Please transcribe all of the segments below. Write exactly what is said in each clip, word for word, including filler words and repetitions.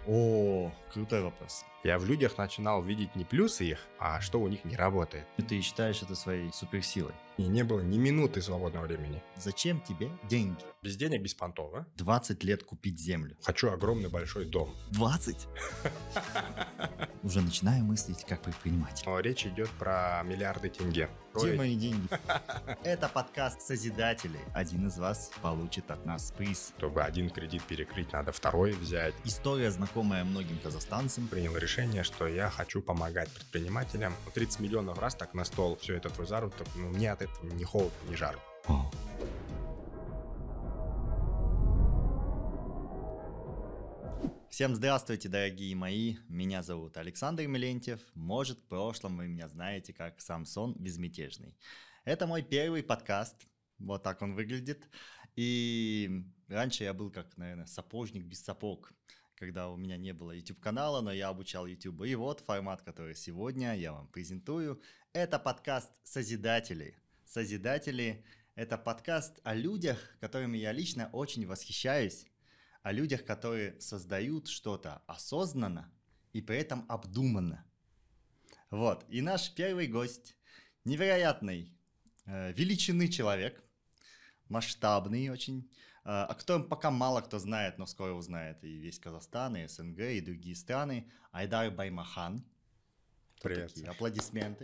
О, крутой вопрос. Я в людях начинал видеть не плюсы их, а что у них не работает. И ты считаешь это своей суперсилой. И не было ни минуты свободного времени. Зачем тебе деньги? Без денег беспонтово. двадцать лет купить землю. Хочу огромный большой дом. двадцать? Уже начинаю мыслить как предприниматель. Но речь идет про миллиарды тенге. Где мои деньги? Это подкаст Созидателей. Один из вас получит от нас приз. Чтобы один кредит перекрыть, надо второй взять. История, знакомая многим казахстанцам. Принял решение, что я хочу помогать предпринимателям. тридцать миллионов раз так на стол, все это твой заработок, ну, мне от этого ни холод, ни жар. О. Всем здравствуйте, дорогие мои. Меня зовут Александр Милентьев. Может, в прошлом вы меня знаете как Самсон Безмятежный. Это мой первый подкаст. Вот так он выглядит. И раньше я был как, наверное, сапожник без сапог, когда у меня не было YouTube-канала, но я обучал YouTube. И вот формат, который сегодня я вам презентую. Это подкаст Созидателей. Созидатели – это подкаст о людях, которыми я лично очень восхищаюсь. О людях, которые создают что-то осознанно и при этом обдуманно. Вот. И наш первый гость – невероятный э, величины человек, масштабный очень, э, о котором пока мало кто знает, но скоро узнает и весь Казахстан, и СНГ, и другие страны. Айдар Баймахан. Привет. Такие аплодисменты.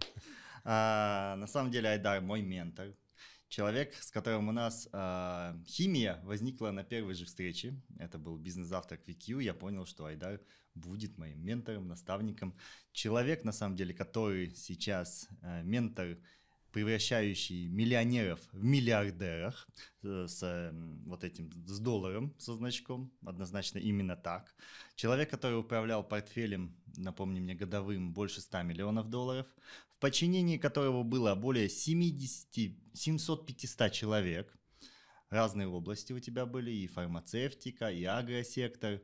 А, на самом деле Айдар мой ментор. Человек, с которым у нас э, химия возникла на первой же встрече. Это был бизнес-завтрак ви кью. Я понял, что Айдар будет моим ментором, наставником. Человек, на самом деле, который сейчас э, ментор, превращающий миллионеров в миллиардерах э, с э, вот этим, с долларом, со значком. Однозначно именно так. Человек, который управлял портфелем, напомни мне, годовым больше ста миллионов долларов. В подчинении которого было более семьсот пятьсот человек. Разные области у тебя были, и фармацевтика, и агросектор.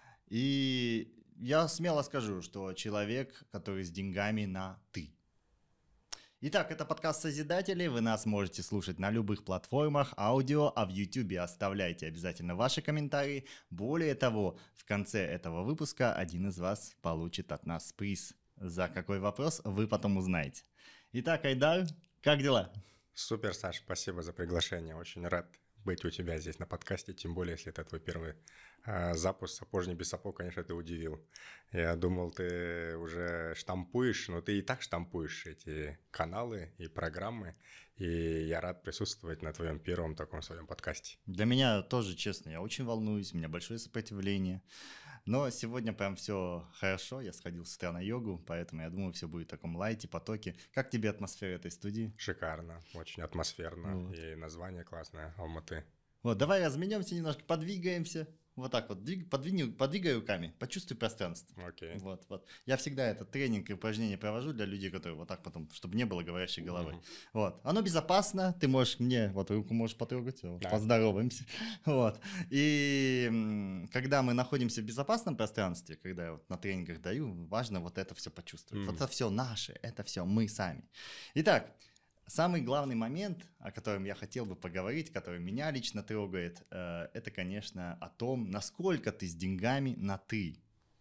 И я смело скажу, что человек, который с деньгами на «ты». Итак, это подкаст Созидателей. Вы нас можете слушать на любых платформах аудио, а в YouTube оставляйте обязательно ваши комментарии. Более того, в конце этого выпуска один из вас получит от нас приз. За какой вопрос, вы потом узнаете. Итак, Айдар, как дела? Супер, Саш, спасибо за приглашение. Очень рад быть у тебя здесь на подкасте, тем более, если это твой первый э, запуск. Сапожник без сапог, конечно, ты удивил. Я думал, ты уже штампуешь, но ты и так штампуешь эти каналы и программы, и я рад присутствовать на твоем первом таком своем подкасте. Для меня тоже, честно, я очень волнуюсь, у меня большое сопротивление, но сегодня прям все хорошо, я сходил с утра на йогу, поэтому я думаю, все будет в таком лайте, потоке. Как тебе атмосфера этой студии? Шикарно, очень атмосферно, Вот. И название классное, Алматы. Вот, давай разменемся немножко, подвигаемся. Вот так вот, двиг, подвигай, подвигай руками, почувствуй пространство. Окей. Вот, вот. Я всегда этот тренинг и упражнения провожу для людей, которые вот так потом, чтобы не было говорящей головы. Мгм. Вот. Оно безопасно, ты можешь мне, вот руку можешь потрогать, вот, Да. поздороваемся. Вот. И м, когда мы находимся в безопасном пространстве, когда я вот на тренингах даю, важно вот это все почувствовать. Мгм. Вот это все наше, это все мы сами. Итак, самый главный момент, о котором я хотел бы поговорить, который меня лично трогает, э, это, конечно, о том, насколько ты с деньгами на «ты».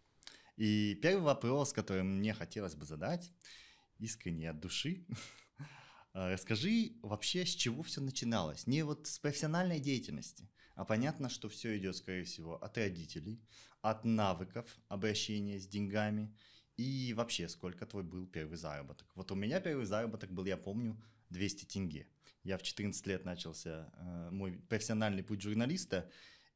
И первый вопрос, который мне хотелось бы задать, искренне от души, э, расскажи вообще, с чего все начиналось. Не вот с профессиональной деятельности, а понятно, что все идет, скорее всего, от родителей, от навыков обращения с деньгами. И вообще, сколько твой был первый заработок? Вот у меня первый заработок был, я помню, двести тенге. Я в четырнадцать лет начался э, мой профессиональный путь журналиста,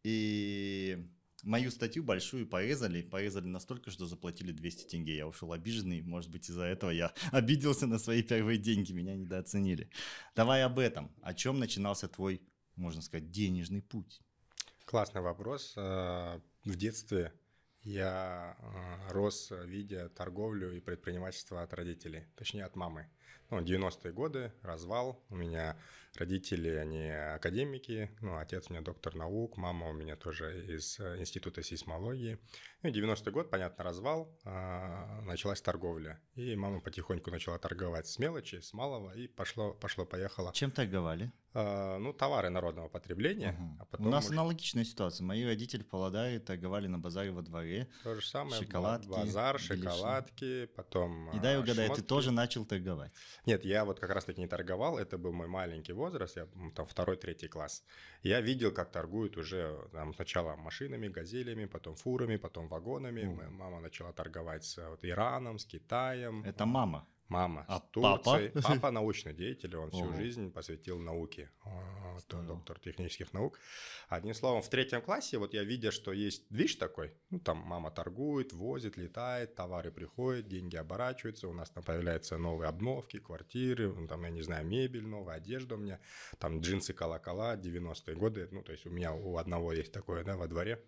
и мою статью большую порезали, порезали настолько, что заплатили двести тенге. Я ушел обиженный, может быть, из-за этого я обиделся на свои первые деньги, меня недооценили. Давай об этом, о чем начинался твой, можно сказать, денежный путь? Классный вопрос. Э, В детстве я э, рос, видя торговлю и предпринимательство от родителей, точнее от мамы. Ну, девяностые годы, развал. У меня родители, они академики. Ну, отец у меня доктор наук, мама у меня тоже из Института сейсмологии. Ну, и девяностый год, понятно, развал. Началась торговля. И мама потихоньку начала торговать с мелочи, с малого, и пошло, пошло-поехало. Чем торговали? Ну, товары народного потребления. Угу. А потом У нас уж... аналогичная ситуация. Мои родители в Павлодаре торговали на базаре во дворе. То же самое. Шоколадки, базар, беляши. шоколадки, потом И дай угадаю, шмотки. ты тоже начал торговать? Нет, я вот как раз-таки не торговал. Это был мой маленький возраст, я там второй, третий класс. Я видел, как торгуют уже там, сначала машинами, газелями, потом фурами, потом вагонами. Угу. Мама начала торговать с вот, Ираном, с Китаем. Это мама? Мама. А с Турцией. папа? Папа научный деятель, он всю Ого. жизнь посвятил науке. Вот, он Здорово. доктор технических наук. Одним словом, в третьем классе, вот я видя, что есть движ такой, ну там мама торгует, возит, летает, товары приходят, деньги оборачиваются, у нас там появляются новые обновки, квартиры, ну, там, я не знаю, мебель, новая одежда у меня, там джинсы, колокола, девяностые годы, ну то есть у меня у одного есть такое, да, во дворе.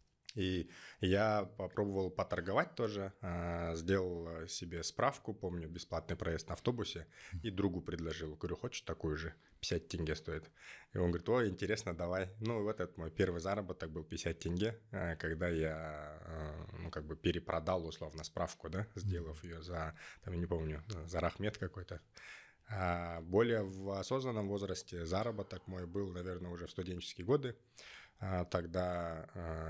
И я попробовал поторговать тоже, сделал себе справку, помню, бесплатный проезд на автобусе, и другу предложил. Говорю, хочешь такую же? пятьдесят тенге стоит. И он говорит, ой, интересно, давай. Ну, и вот этот мой первый заработок был пятьдесят тенге, когда я, ну, как бы перепродал, условно, справку, да, сделав ее за, там, я не помню, за рахмет какой-то. А более в осознанном возрасте заработок мой был, наверное, уже в студенческие годы. Тогда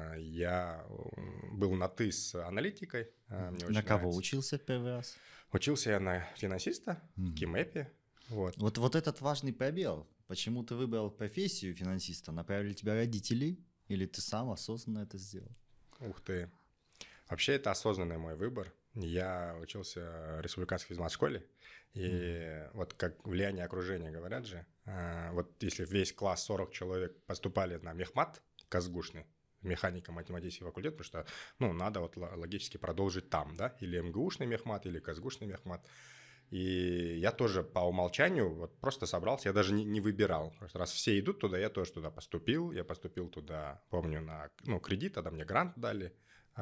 я был на «ты» с аналитикой. Мне на кого нравится. Учился первый раз? Учился я на финансиста mm. в КИМЭПе. Вот. Вот, вот этот важный пробел. Почему ты выбрал профессию финансиста? Направили тебя родители или ты сам осознанно это сделал? Ух ты. Вообще это осознанный мой выбор. Я учился в республиканской физмат-школе. И mm. вот как влияние окружения говорят же, вот если весь класс сорок человек поступали на мехмат казгушный, механико-математический факультет, потому что, ну, надо вот логически продолжить там, да, или МГУшный мехмат, или казгушный мехмат. И я тоже по умолчанию вот просто собрался, я даже не, не выбирал. Просто раз все идут туда, я тоже туда поступил. Я поступил туда, помню, на ну, кредит, тогда мне грант дали.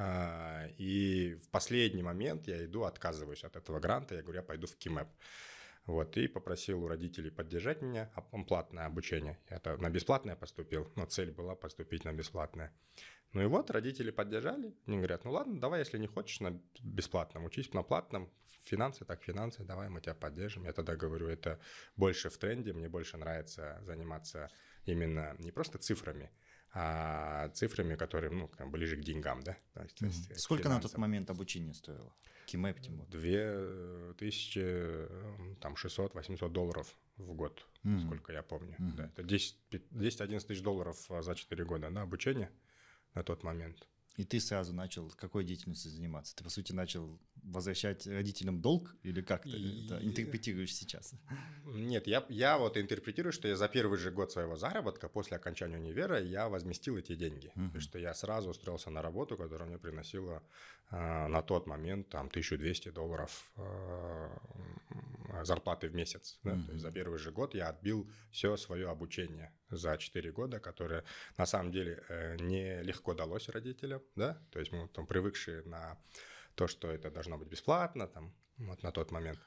И в последний момент я иду, отказываюсь от этого гранта, я говорю, я пойду в КИМЭП. Вот, и попросил у родителей поддержать меня, платное обучение. Я на бесплатное поступил, но цель была поступить на бесплатное. Ну и вот, родители поддержали, они говорят, ну ладно, давай, если не хочешь на бесплатном, учись на платном, финансы так финансы, давай мы тебя поддержим. Я тогда говорю, это больше в тренде, мне больше нравится заниматься именно не просто цифрами, а цифрами, которые, ну, ближе к деньгам, да. То есть, mm-hmm. то есть Сколько на тот момент обучение стоило? КИМЭП, тем более. Две тысячи, там, шестьсот-восемьсот долларов в год, mm-hmm. сколько я помню. Mm-hmm. Да, это десять-одиннадцать тысяч долларов за четыре года, да, обучение на тот момент. И ты сразу начал какой деятельностью заниматься? Ты, по сути, начал возвращать родителям долг или как ты и... это интерпретируешь сейчас? Нет, я, я вот интерпретирую, что я за первый же год своего заработка после окончания универа я возместил эти деньги. Uh-huh. Потому что я сразу устроился на работу, которая мне приносила э, на тот момент там тысячу двести долларов э, зарплаты в месяц. Да? Uh-huh. То есть за первый же год я отбил все свое обучение за четыре года, которое на самом деле э, нелегко далось родителям. Да? То есть мы там привыкшие на то, что это должно быть бесплатно, там, вот на тот момент.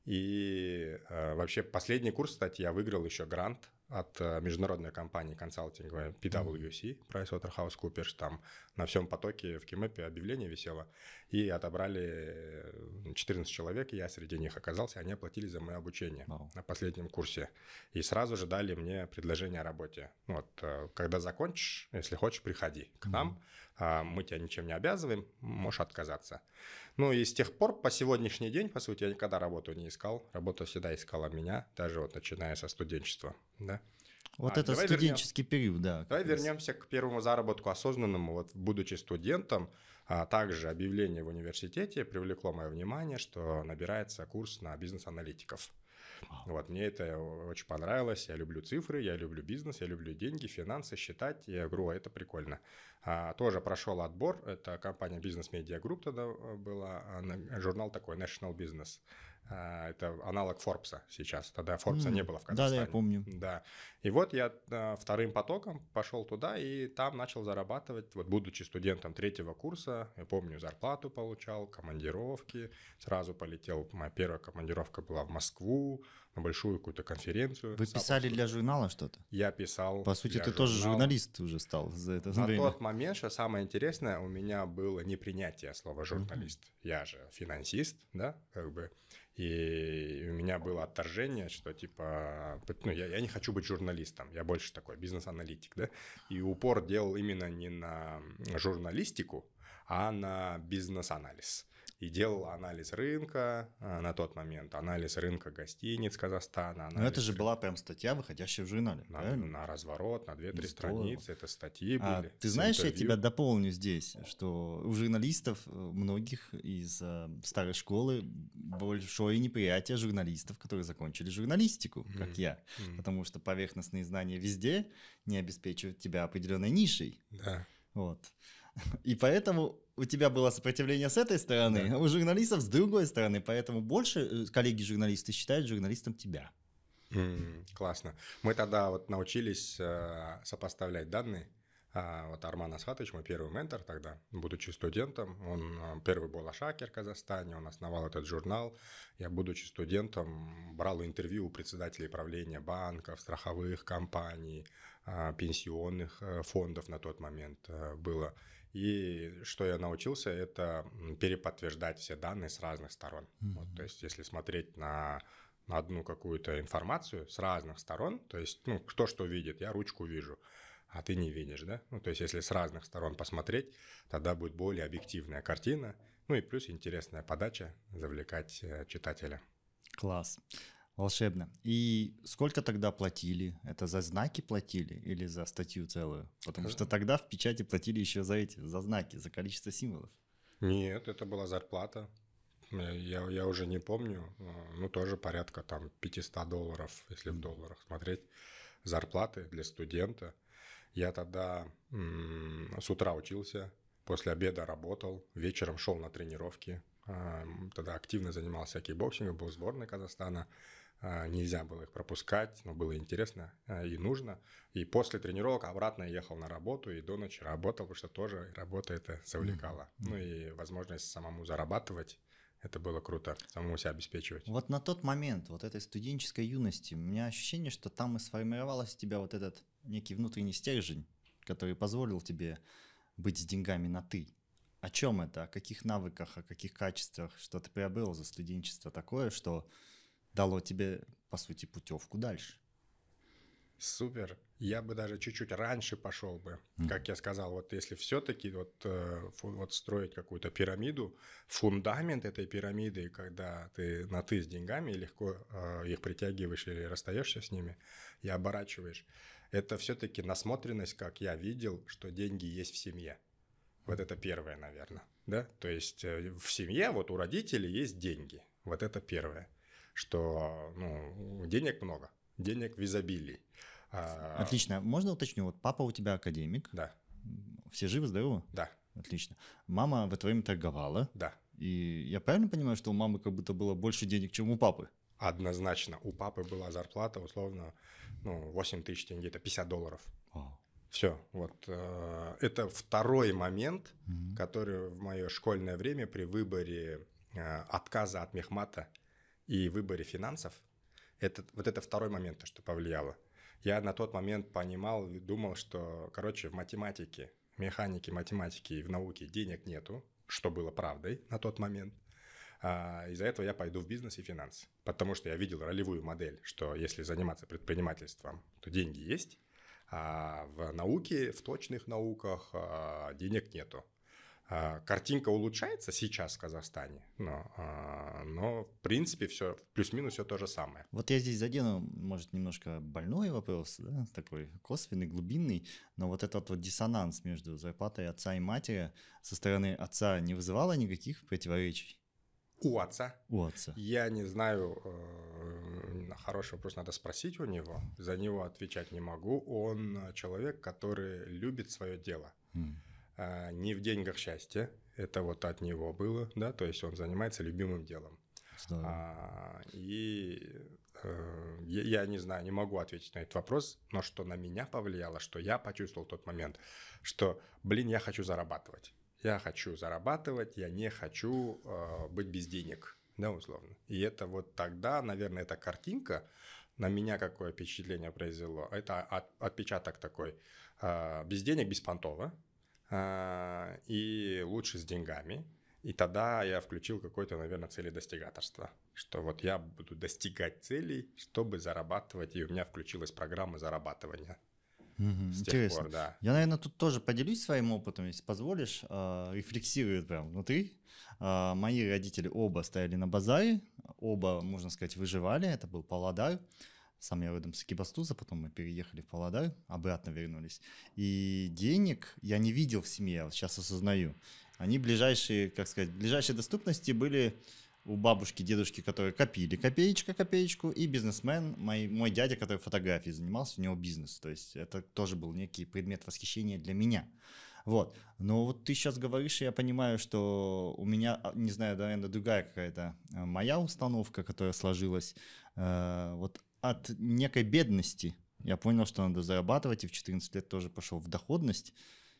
И э, вообще последний курс, кстати, я выиграл еще грант от э, международной компании консалтинговой пи дабл ю си, PricewaterhouseCoopers, там на всем потоке в КИМЭПе объявление висело, и отобрали четырнадцать человек, и я среди них оказался, они оплатили за мое обучение wow. на последнем курсе. И сразу же дали мне предложение о работе. Вот, э, когда закончишь, если хочешь, приходи к нам, mm-hmm. э, мы тебя ничем не обязываем, можешь отказаться. Ну и с тех пор по сегодняшний день, по сути, я никогда работу не искал. Работа всегда искала меня, даже вот начиная со студенчества. Да? Вот а, это студенческий вернем... период, да. Давай вернемся к первому заработку осознанному. Вот будучи студентом, а также объявление в университете привлекло мое внимание, что набирается курс на бизнес-аналитиков. Wow. Вот, мне это очень понравилось. Я люблю цифры, я люблю бизнес, я люблю деньги, финансы, считать. Я говорю, это прикольно. А, тоже прошел отбор. Это компания Business Media Group тогда была, журнал такой National Business. Это аналог Форбса сейчас. Тогда Форбса Mm. не было в Казахстане. Да, да, я помню. Да. И вот я вторым потоком пошел туда и там начал зарабатывать. Вот будучи студентом третьего курса, я помню, зарплату получал, командировки. Сразу полетел. Моя первая командировка была в Москву на большую какую-то конференцию. Вы писали для журнала что-то? Я писал. По сути, ты журнала. тоже журналист уже стал за это На время. тот момент, что самое интересное, у меня было непринятие слова журналист. Mm-hmm. Я же финансист, да, как бы. И у меня было отторжение, что типа, ну, я, я не хочу быть журналистом, я больше такой бизнес-аналитик, да. И упор делал именно не на журналистику, а на бизнес-анализ. И делал анализ рынка на тот момент, анализ рынка гостиниц Казахстана. Но это же была прям статья, выходящая в журнале, на, правильно? На разворот, на две-три страницы, это статьи а были. Ты знаешь, интервью. Я тебя дополню здесь, что у журналистов, многих из э, старой школы, большое неприятие журналистов, которые закончили журналистику, mm-hmm. как я. Mm-hmm. Потому что поверхностные знания везде не обеспечивают тебя определенной нишей. Да. Вот. И поэтому у тебя было сопротивление с этой стороны, да. а у журналистов с другой стороны. Поэтому больше коллеги-журналисты считают журналистом тебя. Mm, классно. Мы тогда вот научились э, сопоставлять данные. А, вот Арман Асхатович, мой первый ментор тогда, будучи студентом, он э, первый был ашакер в Казахстане, он основал этот журнал. Я, будучи студентом, брал интервью у председателей правления банков, страховых компаний, э, пенсионных э, фондов на тот момент э, было. И что я научился, это переподтверждать все данные с разных сторон. Mm-hmm. Вот, то есть, если смотреть на, на одну какую-то информацию с разных сторон, то есть, ну, кто что видит, я ручку вижу, а ты не видишь, да? Ну, то есть, если с разных сторон посмотреть, тогда будет более объективная картина, ну и плюс интересная подача, завлекать читателя. Класс. Волшебно. И сколько тогда платили? Это за знаки платили или за статью целую? Потому что тогда в печати платили еще за эти, за знаки, за количество символов. Нет, это была зарплата. Я, я уже не помню. Ну, тоже порядка там пятьсот долларов, если в долларах смотреть. Зарплаты для студента. Я тогда м- с утра учился, после обеда работал, вечером шел на тренировки. Тогда активно занимался кикбоксингом, был в сборной Казахстана. Нельзя было их пропускать, но было интересно и нужно. И после тренировок обратно я ехал на работу и до ночи работал, потому что тоже работа это завлекала. Mm-hmm. Ну и возможность самому зарабатывать, это было круто, самому себя обеспечивать. Вот на тот момент, вот этой студенческой юности, у меня ощущение, что там и сформировалось у тебя вот этот некий внутренний стержень, который позволил тебе быть с деньгами на «ты». О чем это? О каких навыках, о каких качествах, что ты приобрел за студенчество такое, что дало тебе, по сути, путевку дальше? Супер. Я бы даже чуть-чуть раньше пошел бы. Mm. Как я сказал, вот если все-таки вот, вот строить какую-то пирамиду, фундамент этой пирамиды, когда ты на «ты» с деньгами легко э, их притягиваешь или расстаешься с ними и оборачиваешь, это все-таки насмотренность, как я видел, что деньги есть в семье. Вот это первое, наверное. Да? То есть в семье вот у родителей есть деньги. Вот это первое. Что ну, денег много, денег в изобилии. Отлично. Можно уточню? Вот папа у тебя академик. Да. Все живы, здоровы? Да. Отлично. Мама в это время торговала. Да. И я правильно понимаю, что у мамы как будто было больше денег, чем у папы? Однозначно. У папы была зарплата условно ну, восемь тысяч тенге, это пятьдесят долларов. Wow. Все. Вот, э, это второй момент, mm-hmm. который в мое школьное время при выборе э, отказа от мехмата и выборе финансов, это, вот это второй момент, что повлияло. Я на тот момент понимал, думал, что, короче, в математике, механике, математике и в науке денег нету, что было правдой на тот момент. А, из-за этого я пойду в бизнес и финансы, потому что я видел ролевую модель, что если заниматься предпринимательством, то деньги есть, а в науке, в точных науках а, денег нету. Картинка улучшается сейчас в Казахстане, но, но в принципе все плюс-минус все то же самое. Вот я здесь задену, может, немножко больной вопрос, да, такой косвенный, глубинный, но вот этот вот диссонанс между зарплатой отца и матери со стороны отца не вызывало никаких противоречий? У отца? У отца. Я не знаю, хороший вопрос надо спросить у него, за него отвечать не могу. Он человек, который любит свое дело. Mm. Не в деньгах счастье, это вот от него было, да, то есть он занимается любимым делом. А, и э, я, я не знаю, не могу ответить на этот вопрос, но что на меня повлияло, что я почувствовал в тот момент, что, блин, я хочу зарабатывать. Я хочу зарабатывать, я не хочу э, быть без денег, да, условно. И это вот тогда, наверное, эта картинка на меня какое впечатление произвело. Это от, отпечаток такой. Э, без денег, беспонтово. Э, и лучше с деньгами. И тогда я включил какое-то, наверное, целедостигаторство. Что вот я буду достигать целей, чтобы зарабатывать. И у меня включилась программа зарабатывания. Угу, С интересно. тех пор, да. Я, наверное, тут тоже поделюсь своим опытом, если позволишь, э, рефлексирую прям внутри. Э, мои родители оба стояли на базаре, оба, можно сказать, выживали. Это был Павлодар. Сам я родом с Экибастуза, потом мы переехали в Павлодар, обратно вернулись. И денег я не видел в семье, вот сейчас осознаю. Они ближайшие, как сказать, ближайшие доступности были у бабушки, дедушки, которые копили копеечка, копеечку, и бизнесмен, мой, мой дядя, который фотографией занимался, у него бизнес. То есть это тоже был некий предмет восхищения для меня. Вот. Но вот ты сейчас говоришь, и я понимаю, что у меня, не знаю, наверное, другая какая-то моя установка, которая сложилась. Э, вот от некой бедности я понял, что надо зарабатывать, и в четырнадцать лет тоже пошел в доходность.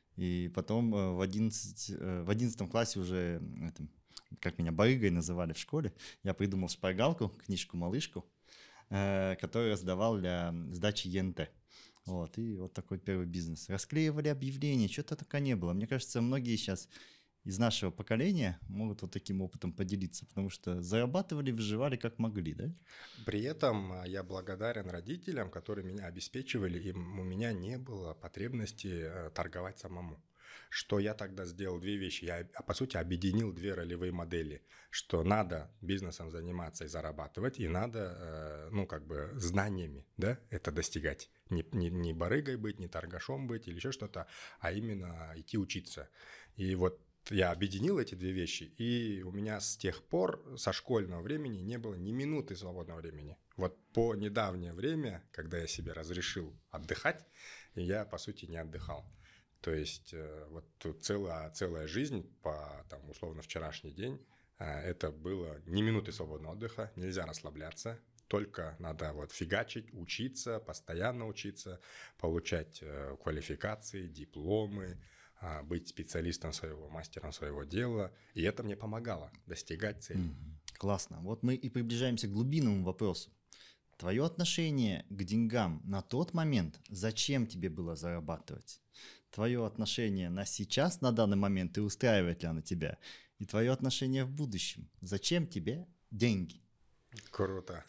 И потом в, одиннадцать, в одиннадцатом классе уже, это, как меня барыгой называли в школе, я придумал шпаргалку, книжку-малышку, э, которую раздавал для сдачи Е Н Т. Вот, и вот такой первый бизнес. Расклеивали объявления, что-то такого не было. Мне кажется, многие сейчас из нашего поколения могут вот таким опытом поделиться, потому что зарабатывали, выживали как могли, да? При этом я благодарен родителям, которые меня обеспечивали, и у меня не было потребности торговать самому. Что я тогда сделал две вещи. Я, по сути, объединил две ролевые модели. Что надо бизнесом заниматься и зарабатывать, и надо, ну, как бы, знаниями, да, это достигать. Не, не, не барыгой быть, не торгашом быть или еще что-то, а именно идти учиться. И вот я объединил эти две вещи, и у меня с тех пор, со школьного времени, не было ни минуты свободного времени. Вот по недавнее время, когда я себе разрешил отдыхать, я, по сути, не отдыхал. То есть вот тут целая, целая жизнь по, там, условно, вчерашний день, это было ни минуты свободного отдыха, нельзя расслабляться, только надо вот фигачить, учиться, постоянно учиться, получать квалификации, дипломы, быть специалистом своего, мастером своего дела. И это мне помогало достигать цели. Mm-hmm. Классно. Вот мы и приближаемся к глубинному вопросу. Твое отношение к деньгам на тот момент, зачем тебе было зарабатывать? Твое отношение на сейчас, на данный момент, и устраивает ли оно тебя? И твое отношение в будущем. Зачем тебе деньги? Круто.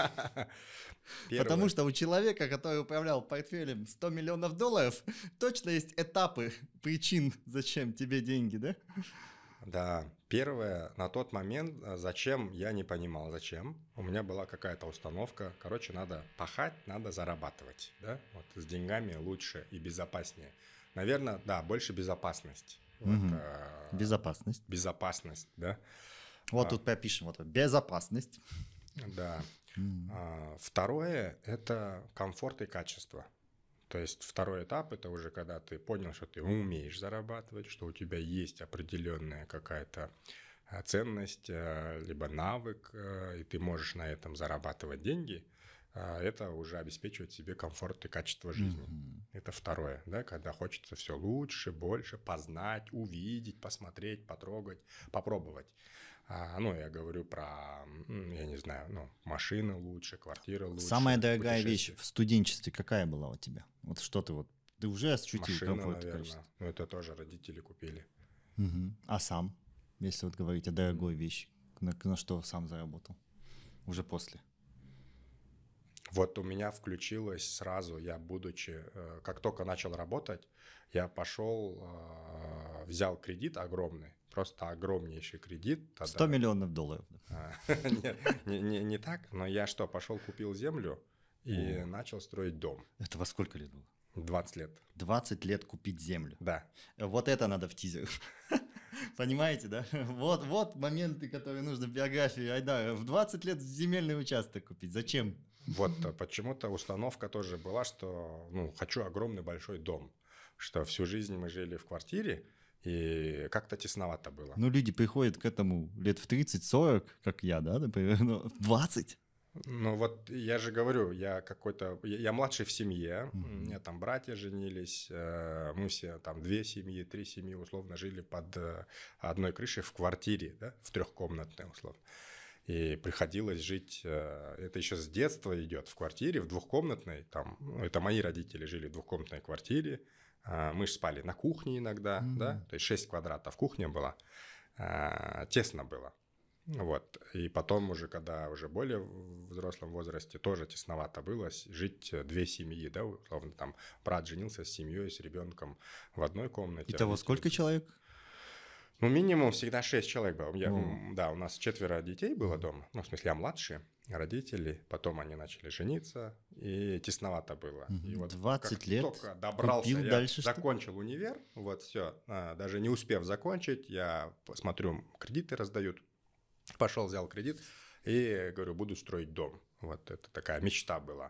Первое. Потому что у человека, который управлял портфелем сто миллионов долларов, точно есть этапы причин, зачем тебе деньги, да? Да. Первое, на тот момент, зачем, я не понимал, зачем. У меня была какая-то установка. Короче, надо пахать, надо зарабатывать. Да? Вот с деньгами лучше и безопаснее. Наверное, да, больше безопасность. Угу. Вот, а... Безопасность. Безопасность, да. Вот а... тут пропишем. Вот, безопасность. Да. Mm. Второе – это комфорт и качество. То есть второй этап – это уже когда ты понял, что ты умеешь зарабатывать, что у тебя есть определенная какая-то ценность, либо навык, и ты можешь на этом зарабатывать деньги. Это уже обеспечивает себе комфорт и качество жизни. Mm-hmm. Это второе, да, когда хочется все лучше, больше познать, увидеть, посмотреть, потрогать, попробовать. А, ну, я говорю про, я не знаю, ну, машины лучше, квартира лучше. Самая дорогая вещь в студенчестве какая была у тебя? Вот что ты вот, ты уже ощутил комфорт? Машина, наверное. Ну, это тоже родители купили. Угу. А сам, если вот говорить о дорогой вещи, на, на что сам заработал? Уже после? Вот у меня включилось сразу, я будучи, как только начал работать, я пошел, взял кредит огромный, просто огромнейший кредит. Тогда... сто миллионов долларов. Нет, не, не, не так, но я что, пошел купил землю и О. начал строить дом. Это во сколько лет было? двадцать лет. двадцать лет купить землю. Да. Вот это надо в тизер. Понимаете, да? Вот, вот моменты, которые нужно в биографии Айдара. В двадцать лет земельный участок купить. Зачем? Вот почему-то установка тоже была, что ну, хочу огромный большой дом. Что всю жизнь мы жили в квартире, и как-то тесновато было. Ну, люди приходят к этому лет в тридцать-сорок, как я, да, например, но в двадцать. Ну вот я же говорю, я какой-то, я, я младший в семье, Мгм. у меня там братья женились, э, мы все там две семьи, три семьи условно жили под э, одной крышей в квартире, да, в трехкомнатной условно. И приходилось жить, э, это еще с детства идет, в квартире, в двухкомнатной, там, ну, это мои родители жили в двухкомнатной квартире, э, мы же спали на кухне иногда, Мгм. да, то есть шесть квадратов кухня была, э, тесно было. Вот. И потом уже, когда уже более в взрослом возрасте, тоже тесновато было с- жить э, две семьи, да, условно, там брат женился с семьей, с ребенком в одной комнате. Итого родители- сколько человек? Ну, минимум всегда шесть человек было. Я, О. м, да, у нас четверо детей было Мгм. дома, ну, в смысле, я младший, родители, потом они начали жениться, и тесновато было. Мгм. И вот двадцать как лет, только добрался, купил я дальше что? закончил универ, вот все, даже не успев закончить, я посмотрю, кредиты раздают, пошел, взял кредит и говорю, буду строить дом. Вот это такая мечта была.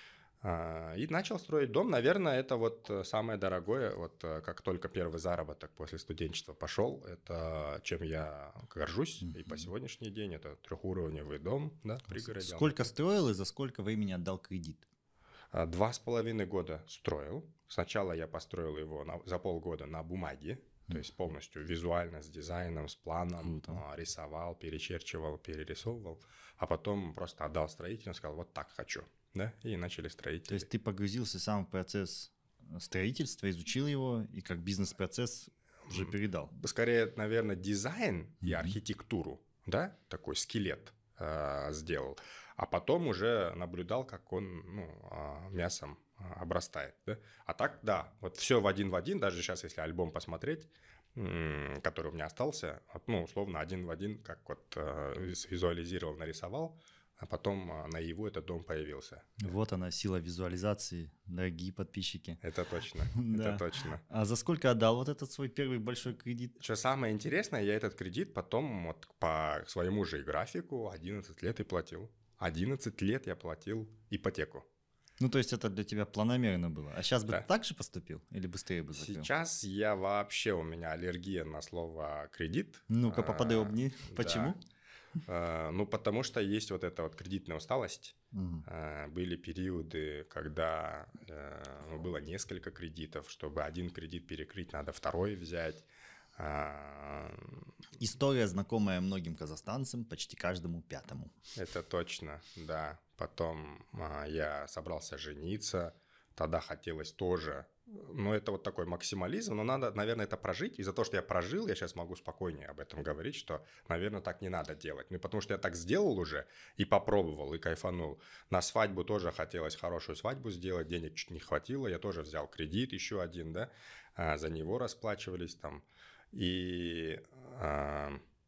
А, И начал строить дом. Наверное, это вот э, самое дорогое. Вот э, как только первый заработок после студенчества пошел, это чем я горжусь. И по Мгм. сегодняшний день это трехуровневый дом, да, в пригороде. Сколько строил и за сколько времени отдал кредит? А, Два с половиной года строил. Сначала я построил его на- за полгода на бумаге, то есть полностью визуально, с дизайном, с планом, Круто. а, рисовал, перечерчивал, перерисовывал, а потом просто отдал строителю, сказал, вот так хочу, да, и начали строители. То есть ты погрузился сам в процесс э, строительства, изучил его и как бизнес-процесс уже М. передал. Скорее, наверное, дизайн и Мгм. архитектуру, да, такой скелет а, сделал, а потом уже наблюдал, как он, ну, а, мясом а, обрастает, да. А так, да, вот все в один в один, даже сейчас, если альбом посмотреть, м, который у меня остался, вот, ну, условно, один в один, как вот а, виз- визуализировал, нарисовал, а потом а, наяву этот дом появился. Вот она, сила визуализации, дорогие подписчики. Это точно, Да. это точно. А за сколько отдал вот этот свой первый большой кредит? Что самое интересное, я этот кредит потом вот по своему же графику одиннадцать лет и платил. одиннадцать лет я платил ипотеку. Ну, то есть это для тебя планомерно было. А сейчас бы Да. ты так же поступил или быстрее бы закрыл? Сейчас я вообще, у меня аллергия на слово кредит. Ну-ка А, поподробнее. да. Почему? А, Ну, потому что есть вот эта вот кредитная усталость. Мгм. А, Были периоды, когда э, ну, было несколько кредитов. Чтобы один кредит перекрыть, надо второй взять. А, История, знакомая многим казахстанцам, почти каждому пятому. Это точно, да. Потом а, я собрался жениться, тогда хотелось тоже. Ну, это вот такой максимализм, но надо, наверное, это прожить. И за то, что я прожил, я сейчас могу спокойнее об этом говорить, что, наверное, так не надо делать. Ну, и потому что я так сделал уже и попробовал, и кайфанул. На свадьбу тоже хотелось хорошую свадьбу сделать, денег чуть не хватило, я тоже взял кредит еще один, да, а, за него расплачивались там. И... а,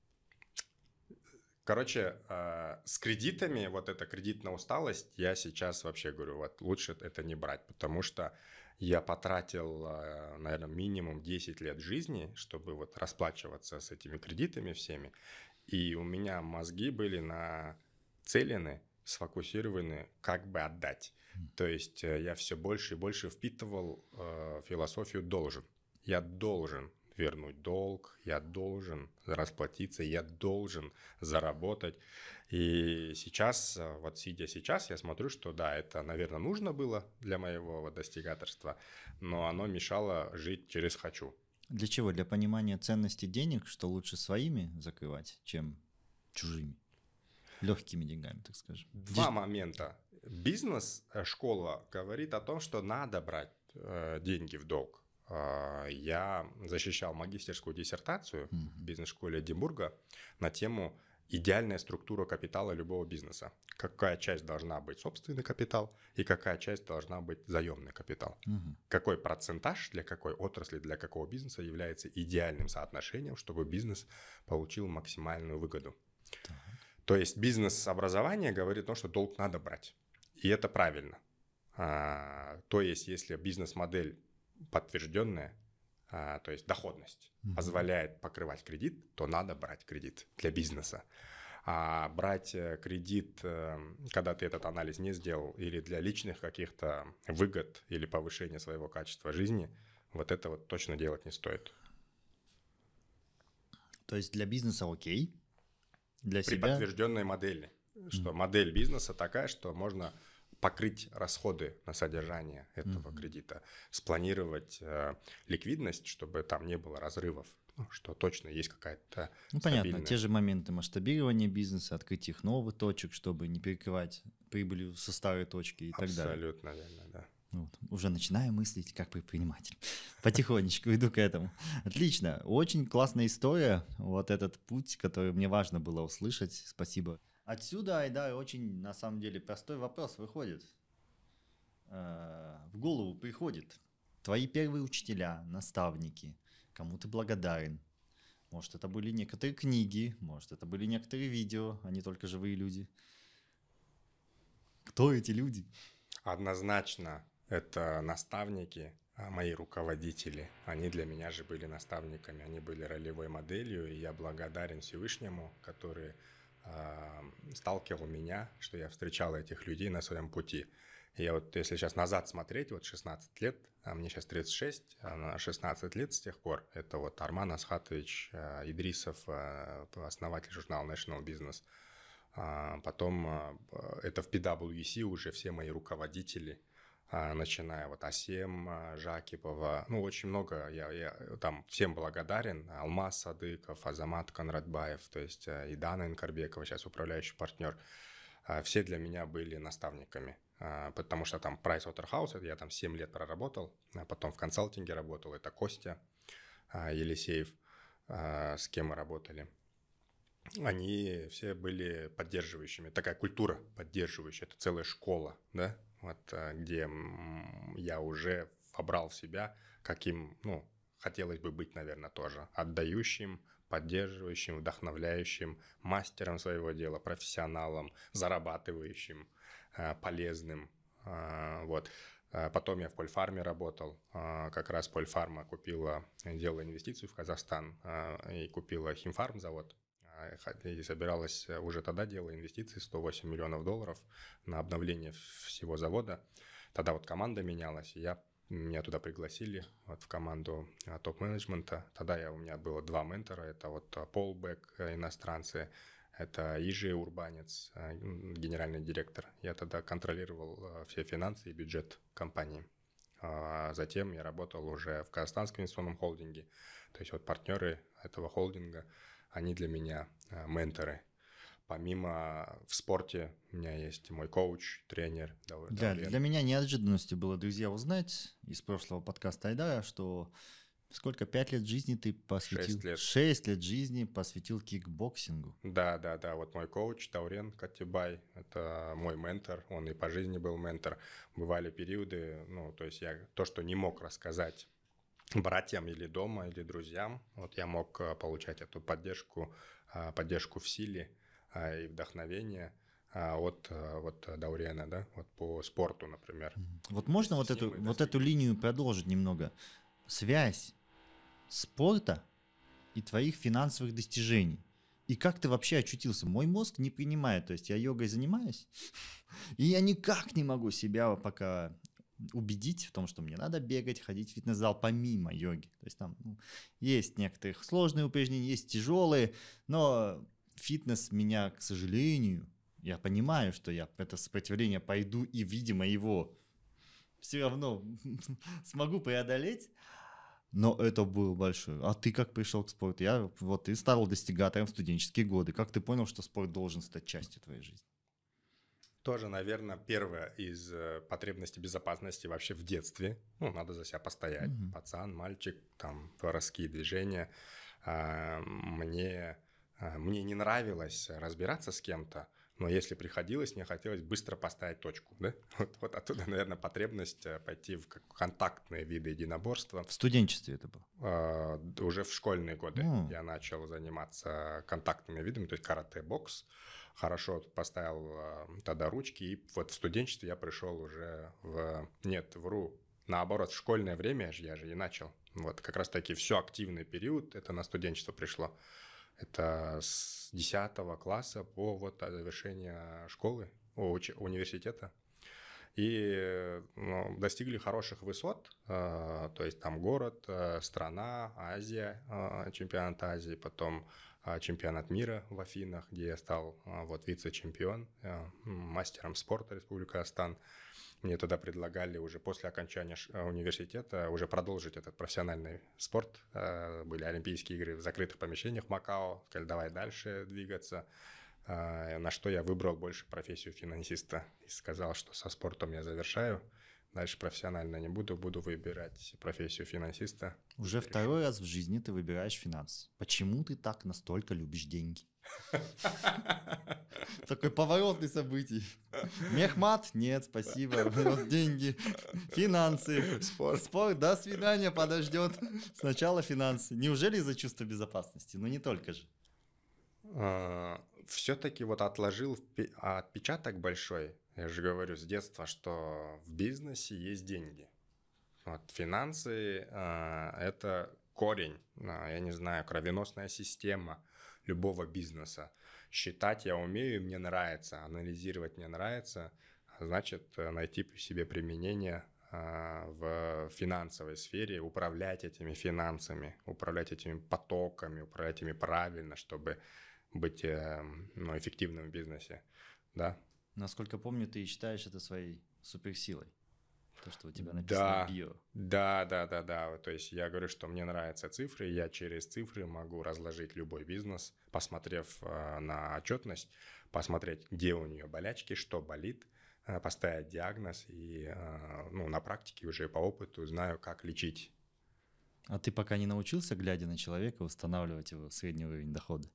Короче, э, с кредитами, вот эта кредитная усталость, я сейчас вообще говорю, вот лучше это не брать, потому что я потратил, э, наверное, минимум десять лет жизни, чтобы вот расплачиваться с этими кредитами всеми, и у меня мозги были нацелены, сфокусированы, как бы отдать. То есть э, я все больше и больше впитывал э, философию «должен». Я должен вернуть долг, я должен расплатиться, я должен заработать. И сейчас, э, вот сидя сейчас, я смотрю, что да, это, наверное, нужно было для моего вот достигаторства, но оно мешало жить через «хочу». Для чего? Для понимания ценности денег, что лучше своими закрывать, чем чужими. Легкими деньгами, так скажем. Два момента. Бизнес-школа говорит о том, что надо брать э, деньги в долг. Э, я защищал магистерскую диссертацию Мгм. в бизнес-школе Эдинбурга на тему «Идеальная структура капитала любого бизнеса». Какая часть должна быть собственный капитал и какая часть должна быть заемный капитал. Мгм. Какой процентаж для какой отрасли, для какого бизнеса является идеальным соотношением, чтобы бизнес получил максимальную выгоду. Так. То есть бизнес-образование говорит о том, что долг надо брать. И это правильно. А, то есть если бизнес-модель подтвержденная, а, то есть доходность Мгм. позволяет покрывать кредит, то надо брать кредит для бизнеса. А брать э, кредит, э, когда ты этот анализ не сделал, или для личных каких-то выгод или повышения своего качества жизни, вот это вот точно делать не стоит. То есть для бизнеса окей, для При себя... подтвержденной модели, что mm-hmm. модель бизнеса такая, что можно покрыть расходы на содержание этого mm-hmm. кредита, спланировать э, ликвидность, чтобы там не было разрывов, ну, что точно есть какая-то Ну, стабильная... понятно, те же моменты масштабирования бизнеса, открытия новых точек, чтобы не перекрывать прибыль со старой точки и Абсолютно, так далее. Абсолютно верно, да. Вот. Уже начинаю мыслить как предприниматель. Потихонечку иду к этому. Отлично. Очень классная история. Вот этот путь, который мне важно было услышать. Спасибо. Отсюда, Айдар, очень, на самом деле, простой вопрос выходит. В голову приходит. Твои первые учителя, наставники, кому ты благодарен. Может, это были некоторые книги, может, это были некоторые видео, а не только живые люди. Кто эти люди? Однозначно. Это наставники, мои руководители. Они для меня же были наставниками, они были ролевой моделью, и я благодарен Всевышнему, который э, сталкивал меня, что я встречал этих людей на своем пути. И я вот, если сейчас назад смотреть, вот шестнадцать лет, а мне сейчас тридцать шесть, а на шестнадцать лет с тех пор, это вот Арман Асхатович э, Идрисов, э, основатель журнала National Business. А потом э, это в пи дабл ю си уже все мои руководители, начиная вот Асем Жакипова, ну, очень много, я, я там всем благодарен, Алмаз Садыков, Азамат Конрадбаев, то есть и Дана Инкарбекова, сейчас управляющий партнер, все для меня были наставниками, потому что там Pricewaterhouse, я там семь лет проработал, а потом в консалтинге работал, это Костя Елисеев, с кем мы работали. Они все были поддерживающими, такая культура поддерживающая, это целая школа, да, вот, где я уже вобрал в себя, каким, ну, хотелось бы быть, наверное, тоже отдающим, поддерживающим, вдохновляющим, мастером своего дела, профессионалом, зарабатывающим, полезным, вот. Потом я в Польфарме работал, как раз Польфарма купила, делала инвестицию в Казахстан и купила Химфармзавод. И собиралась уже тогда делала инвестиции сто восемь миллионов долларов на обновление всего завода. Тогда вот команда менялась, и я, меня туда пригласили вот в команду топ-менеджмента. Тогда я, у меня было два ментора, это вот Пол Бек, иностранцы, это Ижи Урбанец, генеральный директор. Я тогда контролировал все финансы и бюджет компании. Затем я работал уже в Казахстанском инвестиционном холдинге. То есть вот партнеры этого холдинга, они для меня менторы. Помимо в спорте у меня есть мой коуч, тренер. Да, для меня неожиданностью было, друзья, узнать из прошлого подкаста Айдара, что сколько, пять лет жизни ты посвятил? Шесть лет. Шесть лет жизни посвятил кикбоксингу. Да, да, да. Вот мой коуч Таурен Катибай, это мой ментор, он и по жизни был ментор. Бывали периоды, ну, то есть я то, что не мог рассказать братьям или дома, или друзьям, вот я мог получать эту поддержку, поддержку в силе и вдохновение от вот Даурена, да, вот по спорту, например. Вот можно вот эту, вот эту линию продолжить немного? Связь спорта и твоих финансовых достижений. И как ты вообще очутился? Мой мозг не принимает, то есть я йогой занимаюсь, и я никак не могу себя пока убедить в том, что мне надо бегать, ходить в фитнес-зал помимо йоги. То есть там ну, есть некоторые сложные упражнения, есть тяжелые, но фитнес меня, к сожалению, я понимаю, что я это сопротивление пойду и, видимо, его все равно смогу преодолеть, но это был большой. А ты как пришел к спорту? Я, вот ты стал достигатором в студенческие годы. Как ты понял, что спорт должен стать частью твоей жизни? Тоже, наверное, первое из потребностей безопасности вообще в детстве. Ну, надо за себя постоять. Mm-hmm. Пацан, мальчик, там, воровские движения. Мне, мне не нравилось разбираться с кем-то, но если приходилось, мне хотелось быстро поставить точку. Да? Вот, вот оттуда, наверное, потребность пойти в контактные виды единоборства. В студенчестве это было? А, уже в школьные годы mm. я начал заниматься контактными видами, то есть карате, бокс. Хорошо поставил тогда ручки, и вот в студенчестве я пришел уже в... Нет, вру. Наоборот, в школьное время я же и начал. Вот как раз-таки все активный период, это на студенчество пришло. Это с десятого класса по вот завершение школы, университета. и ну, достигли хороших высот, то есть там город, страна, Азия, чемпионат Азии, потом чемпионат мира в Афинах, где я стал вот вице-чемпион, мастером спорта Республика Астан. Мне тогда предлагали уже после окончания университета уже продолжить этот профессиональный спорт. Были Олимпийские игры в закрытых помещениях в Макао. Сказали, давай дальше двигаться. На что я выбрал больше профессию финансиста. И сказал, что со спортом я завершаю. Дальше профессионально не буду. Буду выбирать профессию финансиста. Уже второй раз в жизни ты выбираешь финансы. Почему ты так настолько любишь деньги? Такой поворотный событий. Мехмат? Нет, спасибо. Вот деньги. Финансы. Спорт. Спорт. До свидания, подождет. Сначала финансы. Неужели из-за чувства безопасности? Ну не только же. Все-таки вот отложил отпечаток большой. Я же говорю с детства, что в бизнесе есть деньги. Вот, финансы это корень, я не знаю, кровеносная система любого бизнеса. Считать я умею, мне нравится, анализировать мне нравится, значит, найти себе применение в финансовой сфере, управлять этими финансами, управлять этими потоками, управлять ими правильно, чтобы быть ну, эффективным в бизнесе, да. Насколько помню, ты считаешь это своей суперсилой. То, что у тебя написано да, био. Да, да, да, да. То есть я говорю, что мне нравятся цифры, я через цифры могу разложить любой бизнес, посмотрев э, на отчетность, посмотреть, где у нее болячки, что болит, э, поставить диагноз и э, ну, на практике уже по опыту знаю, как лечить. А ты пока не научился, глядя на человека, устанавливать его средний уровень дохода?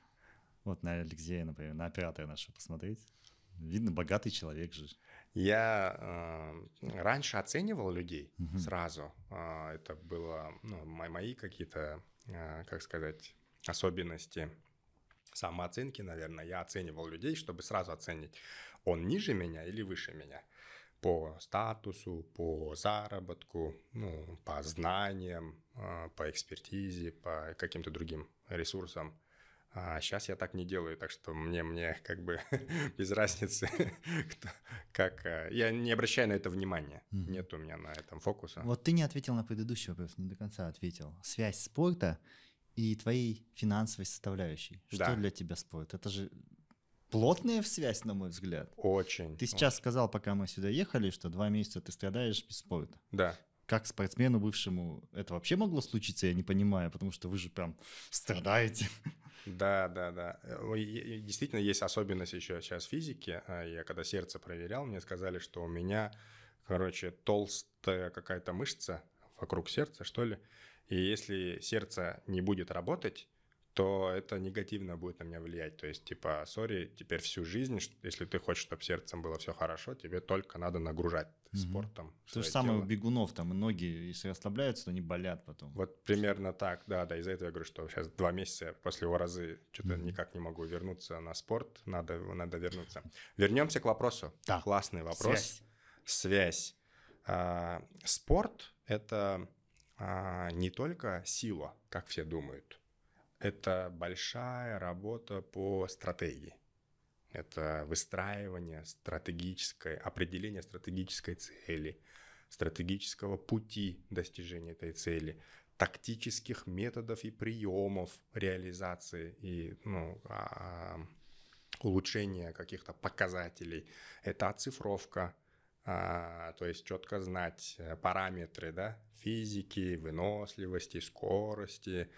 Вот на Алексея, например, на оператора нашего посмотреть. Видно, богатый человек же. Я э, раньше оценивал людей угу. сразу. Э, это было ну, мои какие-то, э, как сказать, особенности самооценки, наверное. Я оценивал людей, чтобы сразу оценить, он ниже меня или выше меня. По статусу, по заработку, ну, по знаниям, э, по экспертизе, по каким-то другим ресурсам. А сейчас я так не делаю, так что мне, мне как бы без разницы, кто, как... Я не обращаю на это внимания, mm-hmm. нет у меня на этом фокуса. Вот ты не ответил на предыдущий вопрос, не до конца ответил. Связь спорта и твоей финансовой составляющей. Что да. для тебя спорт? Это же плотная связь, на мой взгляд. Очень. Ты сейчас очень. сказал, пока мы сюда ехали, что два месяца ты страдаешь без спорта. Да. Как спортсмену бывшему это вообще могло случиться, я не понимаю, потому что вы же прям страдаете. Да, да, да. Действительно, есть особенность еще сейчас физики. Я когда сердце проверял, мне сказали, что у меня, короче, толстая какая-то мышца вокруг сердца, что ли. И если сердце не будет работать, то это негативно будет на меня влиять. То есть, типа, сори, теперь всю жизнь, если ты хочешь, чтобы сердцем было все хорошо, тебе только надо нагружать mm-hmm. спортом. То же самое у бегунов, там ноги, если расслабляются, то они болят потом. Вот примерно так, да, да. Из-за этого я говорю, что сейчас два месяца после ОРАЗы что-то mm-hmm. никак не могу вернуться на спорт, надо, надо вернуться. Вернемся к вопросу. Да. Классный вопрос. Связь. Связь. А, спорт – это а, не только сила, как все думают. Это большая работа по стратегии. Это выстраивание стратегической, определение стратегической цели, стратегического пути достижения этой цели, тактических методов и приемов реализации и ну, улучшения каких-то показателей. Это оцифровка, то есть четко знать параметры, да, физики, выносливости, скорости,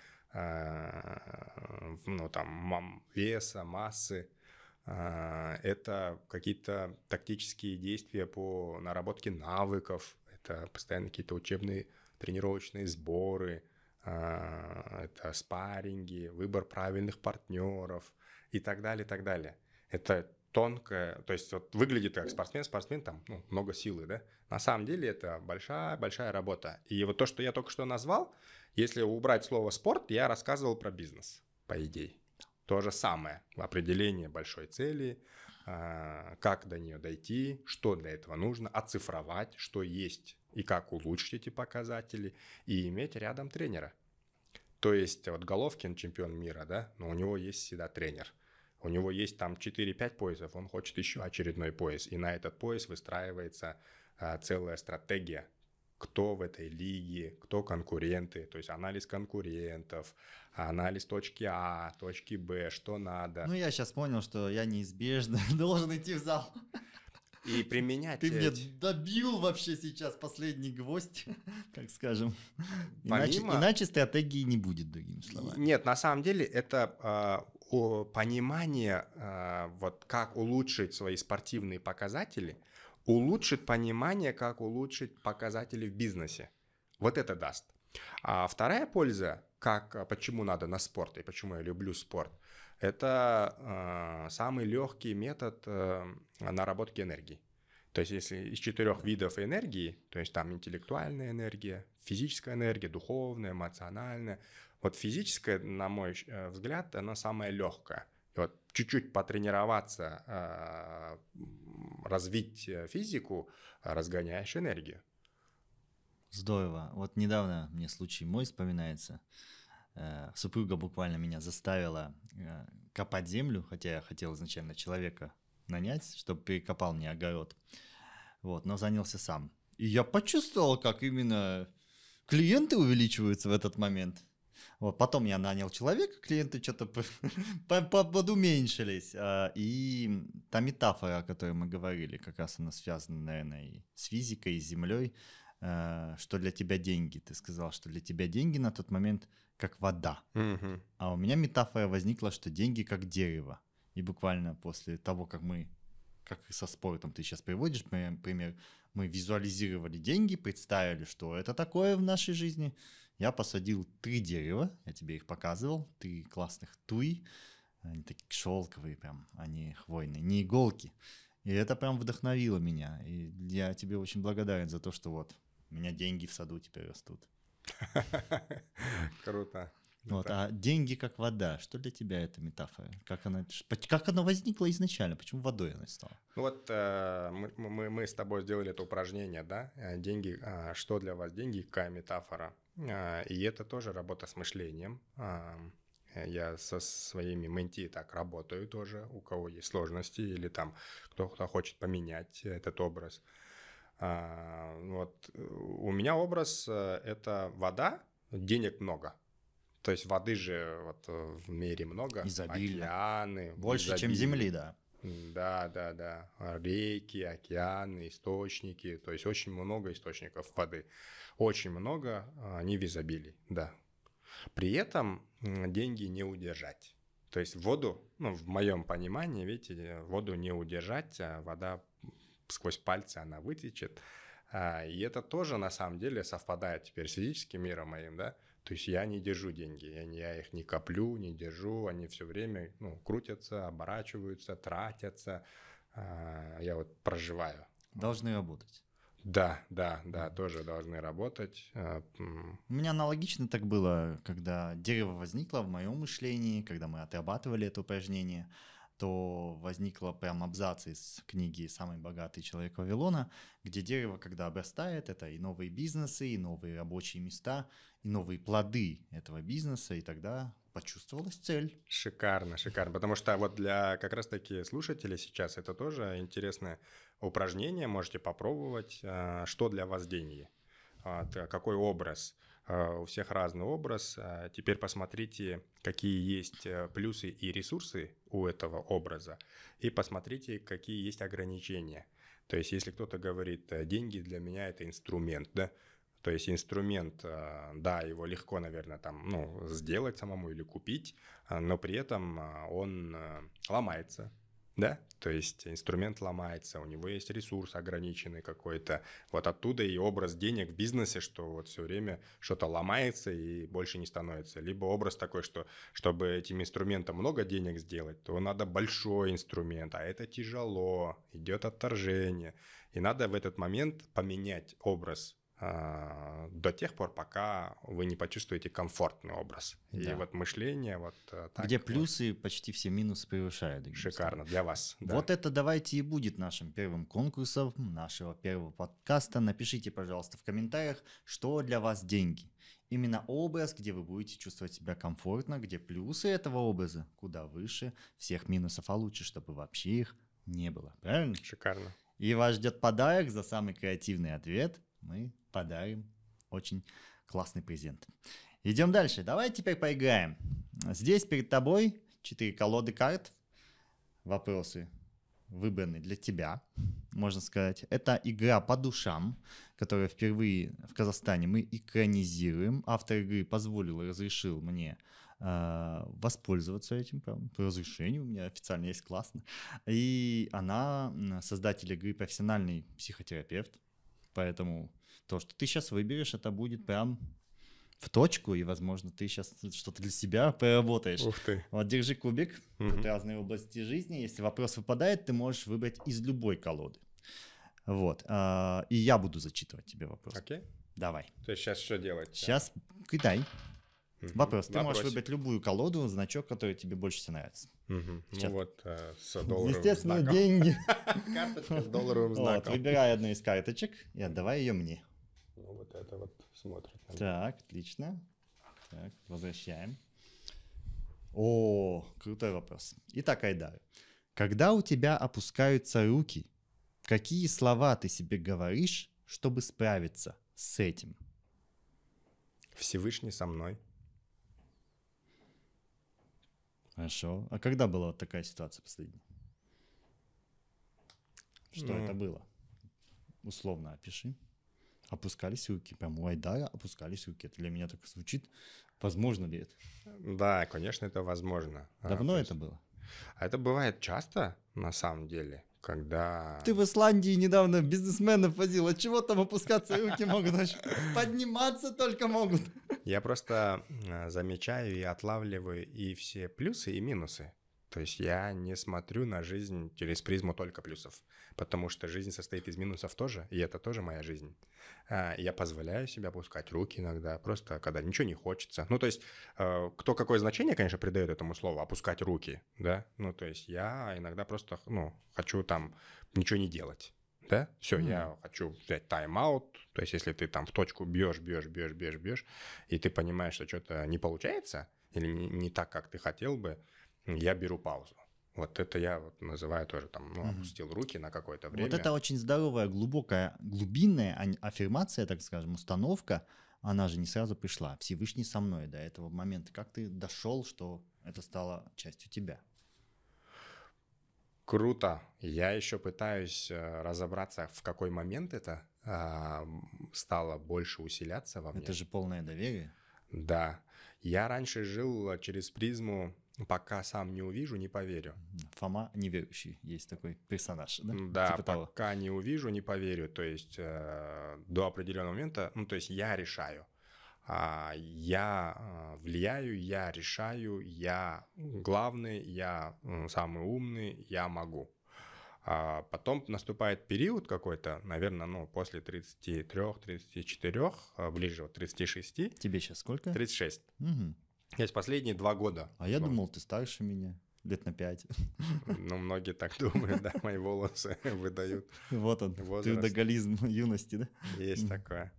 ну, там, веса, массы. Это какие-то тактические действия по наработке навыков, это постоянно какие-то учебные тренировочные сборы, это спарринги, выбор правильных партнеров и так далее, и так далее. Это тонкое, то есть вот выглядит как спортсмен, спортсмен, там ну, много силы, да? На самом деле это большая-большая работа. И вот то, что я только что назвал, если убрать слово «спорт», я рассказывал про бизнес, по идее. То же самое. Определение большой цели, как до нее дойти, что для этого нужно, оцифровать, что есть и как улучшить эти показатели, и иметь рядом тренера. То есть вот Головкин, чемпион мира, да, но у него есть всегда тренер. У него есть там четыре-пять поясов, он хочет еще очередной пояс. И на этот пояс выстраивается а, целая стратегия. Кто в этой лиге, кто конкуренты, то есть анализ конкурентов, анализ точки А, точки Б, что надо. Ну, я сейчас понял, что я неизбежно должен идти в зал. И применять... Ты мне добил вообще сейчас последний гвоздь, так скажем. Иначе, Помимо... иначе стратегии не будет, другими словами. Нет, на самом деле это э, о, понимание, э, вот как улучшить свои спортивные показатели, улучшит понимание, как улучшить показатели в бизнесе. Вот это даст. А вторая польза, как, почему надо на спорт и почему я люблю спорт, это э, самый легкий метод э, наработки энергии. То есть если из четырех видов энергии, то есть там интеллектуальная энергия, физическая энергия, духовная, эмоциональная, вот физическая, на мой взгляд, она самая легкая. И вот чуть-чуть потренироваться, э, развить физику, разгоняешь энергию. Здорово. Вот недавно мне случай мой вспоминается. Супруга буквально меня заставила копать землю, хотя я хотел изначально человека нанять, чтобы перекопал мне огород. Вот, но занялся сам. И я почувствовал, как именно клиенты увеличиваются в этот момент. Вот, потом я нанял человека, клиенты что-то подуменьшились. И та метафора, о которой мы говорили, как раз она связана, наверное, и с физикой, и с землей. Что для тебя деньги? Ты сказал, что для тебя деньги на тот момент как вода. Угу. А у меня метафора возникла, что деньги как дерево. И буквально после того, как мы, как и со спортом ты сейчас приводишь, например, мы визуализировали деньги, представили, что это такое в нашей жизни. Я посадил три дерева, я тебе их показывал, три классных туи. Они такие шелковые прям, они хвойные, не иголки. И это прям вдохновило меня. И я тебе очень благодарен за то, что вот у меня деньги в саду теперь растут. Круто. Вот, а деньги как вода. Что для тебя эта метафора? Как она, как она возникла изначально? Почему водой она стала? Ну вот э, мы, мы, мы с тобой сделали это упражнение, да? Деньги, э, что для вас деньги, какая метафора? Э, и это тоже работа с мышлением. Э, я со своими менти так работаю тоже, у кого есть сложности или там кто-то хочет поменять этот образ. Э, вот у меня образ э, это вода, денег много. То есть воды же вот в мире много. Изобильно. Океаны. Больше, изобильно. чем земли, да. Да, да, да. Реки, океаны, источники. То есть очень много источников воды. Очень много, они в изобилии, да. При этом деньги не удержать. То есть воду, ну, в моем понимании, видите, воду не удержать, а вода сквозь пальцы она вытечет. И это тоже на самом деле совпадает теперь с физическим миром моим, да. То есть я не держу деньги, я, я их не коплю, не держу, они все время ну, крутятся, оборачиваются, тратятся. А, я вот проживаю. Должны работать. Да, да, да, тоже должны работать. У меня аналогично так было, когда дерево возникло в моем мышлении, когда мы отрабатывали это упражнение, то возникло прям абзац из книги «Самый богатый человек Вавилона», где дерево, когда обрастает, это и новые бизнесы, и новые рабочие места, и новые плоды этого бизнеса, и тогда почувствовалась цель. Шикарно, шикарно. Потому что вот для как раз-таки слушателей сейчас это тоже интересное упражнение. Можете попробовать, что для вас деньги, какой образ. У всех разный образ. Теперь посмотрите, какие есть плюсы и ресурсы у этого образа, и посмотрите, какие есть ограничения. То есть, если кто-то говорит, деньги для меня это инструмент, да, то есть инструмент, да, его легко, наверное, там, ну, сделать самому или купить, но при этом он ломается. Да, то есть инструмент ломается, у него есть ресурс ограниченный какой-то. Вот оттуда и образ денег в бизнесе, что вот все время что-то ломается и больше не становится. Либо образ такой, что чтобы этим инструментом много денег сделать, то надо большой инструмент, а это тяжело, идет отторжение. И надо в этот момент поменять образ до тех пор, пока вы не почувствуете комфортный образ. Да. И вот мышление вот так. Где плюсы вот. Почти все минусы превышают. Шикарно, для вас. Да. Вот это давайте и будет нашим первым конкурсом нашего первого подкаста. Напишите, пожалуйста, в комментариях, что для вас деньги. именно образ, где вы будете чувствовать себя комфортно, где плюсы этого образа куда выше всех минусов, а лучше, чтобы вообще их не было. Правильно? Шикарно. И вас ждет подарок за самый креативный ответ. Мы подарим очень классный презент. Идем дальше. Давай теперь поиграем. Здесь перед тобой четыре колоды карт. Вопросы выбраны для тебя, можно сказать. Это игра по душам, которую впервые в Казахстане мы экранизируем. Автор игры позволил и разрешил мне э, воспользоваться этим. По разрешению у меня официально есть, классно. И она, создатель игры, профессиональный психотерапевт. Поэтому то, что ты сейчас выберешь, это будет прям в точку, и, возможно, ты сейчас что-то для себя проработаешь. Ух ты. Вот, держи кубик. Угу. Тут разные области жизни. Если вопрос выпадает, ты можешь выбрать из любой колоды. Вот. А, и я буду зачитывать тебе вопрос. Окей. Давай. То есть сейчас что делать? Сейчас кидай. Угу. Вопрос. Ты Вопросик. можешь выбрать любую колоду, значок, который тебе больше всего нравится. Угу. Сейчас. Ну вот э, с долларовым Естественно, знаком. деньги. Карточка с долларовым Вот, знаком. выбирай одну из карточек и отдавай ее мне. Ну вот это вот смотрит. на меня. Так, отлично. Так, возвращаем. О, крутой вопрос. Итак, Айдар, когда у тебя опускаются руки, какие слова ты себе говоришь, чтобы справиться с этим? Всевышний со мной. Хорошо. А когда была вот такая ситуация последняя? Что Ну. это было? Условно опиши. Опускались руки. Прям у Айдара опускались руки. Это для меня так звучит. Возможно ли это? Да, конечно, это возможно. А, Давно то это есть- было? А это бывает часто, на самом деле, когда... Ты в Исландии недавно бизнесменов возил. От чего там опускаться руки могут? Подниматься только могут. Я просто э, замечаю и отлавливаю и все плюсы, и минусы. То есть я не смотрю на жизнь через призму только плюсов, потому что жизнь состоит из минусов тоже, и это тоже моя жизнь. А, Я позволяю себе опускать руки иногда, просто когда ничего не хочется. Ну, то есть, э, кто какое значение, конечно, придает этому слову «опускать руки», да? Ну, то есть я иногда просто, ну, хочу там ничего не делать, да? Все, Мгм. я хочу взять тайм-аут, то есть если ты там в точку бьешь, бьешь, бьешь, бьешь, бьешь, и ты понимаешь, что что-то не получается или не, не так, как ты хотел бы, я беру паузу. Вот это я вот называю тоже там, ну, Мгм. опустил руки на какое-то время. Вот это очень здоровая, глубокая, глубинная ань- аффирмация, так скажем, установка. Она же не сразу пришла. Всевышний со мной до этого момента. Как ты дошел, что это стало частью тебя? Круто. Я еще пытаюсь э, разобраться, в какой момент это а, м, стало больше усиляться во мне. Это же полное доверие. Да. Я раньше жил через призму «пока сам не увижу, не поверю». Фома неверующий. Есть такой персонаж, да? Да, Типа того. пока не увижу, не поверю. То есть э, до определенного момента, ну, то есть я решаю. А, я э, влияю, я решаю, я главный, я м, самый умный, я могу. А потом наступает период какой-то, наверное, ну, после тридцати трёх тридцати четырёх, а, ближе вот тридцати шести, Тебе сейчас сколько? тридцать шесть. Мгм. То есть последние два года. А я условно. думал, ты старше меня. Лет на пять. Ну, многие так думают, да, мои волосы выдают. Вот он, Возраст. трудоголизм юности, да? Есть Мгм. такое.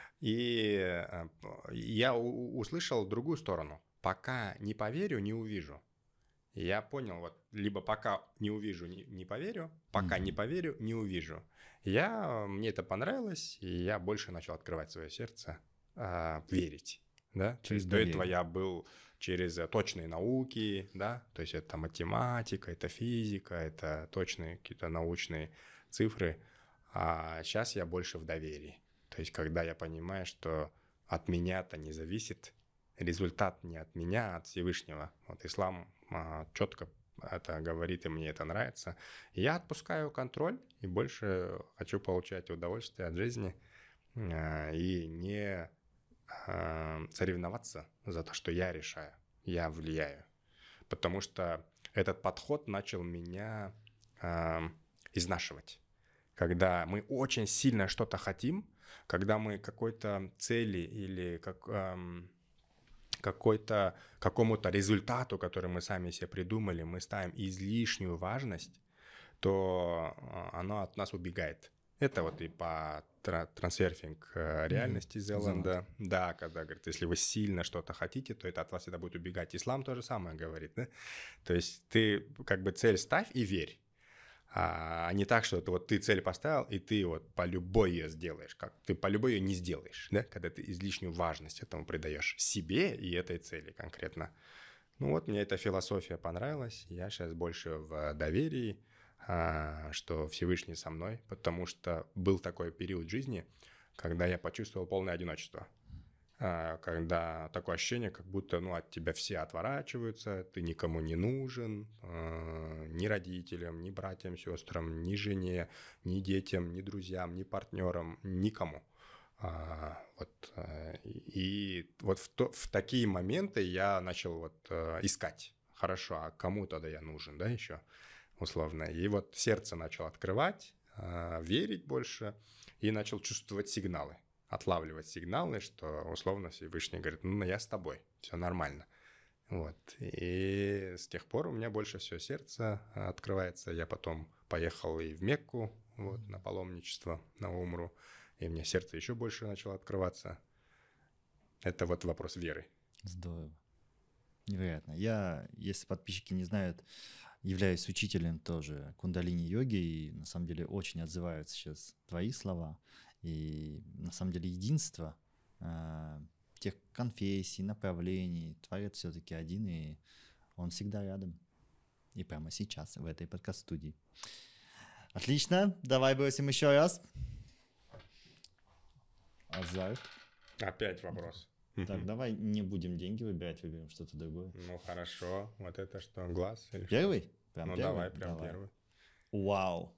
И э, п- я у- услышал другую сторону. Пока не поверю, не увижу. И я понял, вот, либо пока не увижу, не, не поверю, пока Мгм. не поверю, не увижу. Я, мне это понравилось, и я больше начал открывать свое сердце, а, верить. Да? То Через есть до этого доверие. я был через э, точные науки, да, то есть это математика, это физика, это точные какие-то научные цифры, а сейчас я больше в доверии. То есть когда я понимаю, что от меня-то не зависит, результат не от меня, а от Всевышнего. Вот ислам а, четко это говорит, и мне это нравится. И я отпускаю контроль и больше хочу получать удовольствие от жизни а, и не а, соревноваться за то, что я решаю, я влияю. Потому что этот подход начал меня а, изнашивать. Когда мы очень сильно что-то хотим, когда мы какой-то цели или как, ам, какой-то, какому-то результату, который мы сами себе придумали, мы ставим излишнюю важность, то а, оно от нас убегает. Это вот и по трансерфинг реальности mm-hmm. Зеланда. Да, когда, говорит, если вы сильно что-то хотите, то это от вас всегда будет убегать. Ислам то же самое говорит, да? То есть ты как бы цель ставь и верь. А не так, что это вот ты цель поставил, и ты вот по любой ее сделаешь. Как ты по любой ее не сделаешь, да? Когда ты излишнюю важность этому придаешь себе и этой цели конкретно. Ну вот, мне эта философия понравилась. Я сейчас больше в доверии, что Всевышний со мной, потому что был такой период жизни, когда я почувствовал полное одиночество. Когда такое ощущение, как будто ну, от тебя все отворачиваются, ты никому не нужен, ни родителям, ни братьям, сестрам, ни жене, ни детям, ни друзьям, ни партнерам, никому. Вот. И вот в, то, в такие моменты я начал вот искать. Хорошо, а кому тогда я нужен, да, еще условно? И вот сердце начал открывать, верить больше и начал чувствовать сигналы. Отлавливать сигналы, что условно Всевышний говорит, ну, я с тобой, все нормально. Вот. И с тех пор у меня больше всего сердце открывается. Я потом поехал и в Мекку вот, на паломничество, на Умру, и мне сердце еще больше начало открываться. Это вот вопрос веры. Здорово. Невероятно. Я, если подписчики не знают, являюсь учителем тоже кундалини-йоги, и на самом деле очень отзываются сейчас твои слова. И на самом деле единство э, тех конфессий, направлений, Творец все-таки один, и он всегда рядом. И прямо сейчас в этой подкаст-студии. Отлично, давай бросим еще раз. Азарт. Опять вопрос. Так, давай не будем деньги выбирать, выберем что-то другое. Ну хорошо, вот это что, глаз? Или первый? Что? Прям ну первый? давай, прям давай. первый. Вау.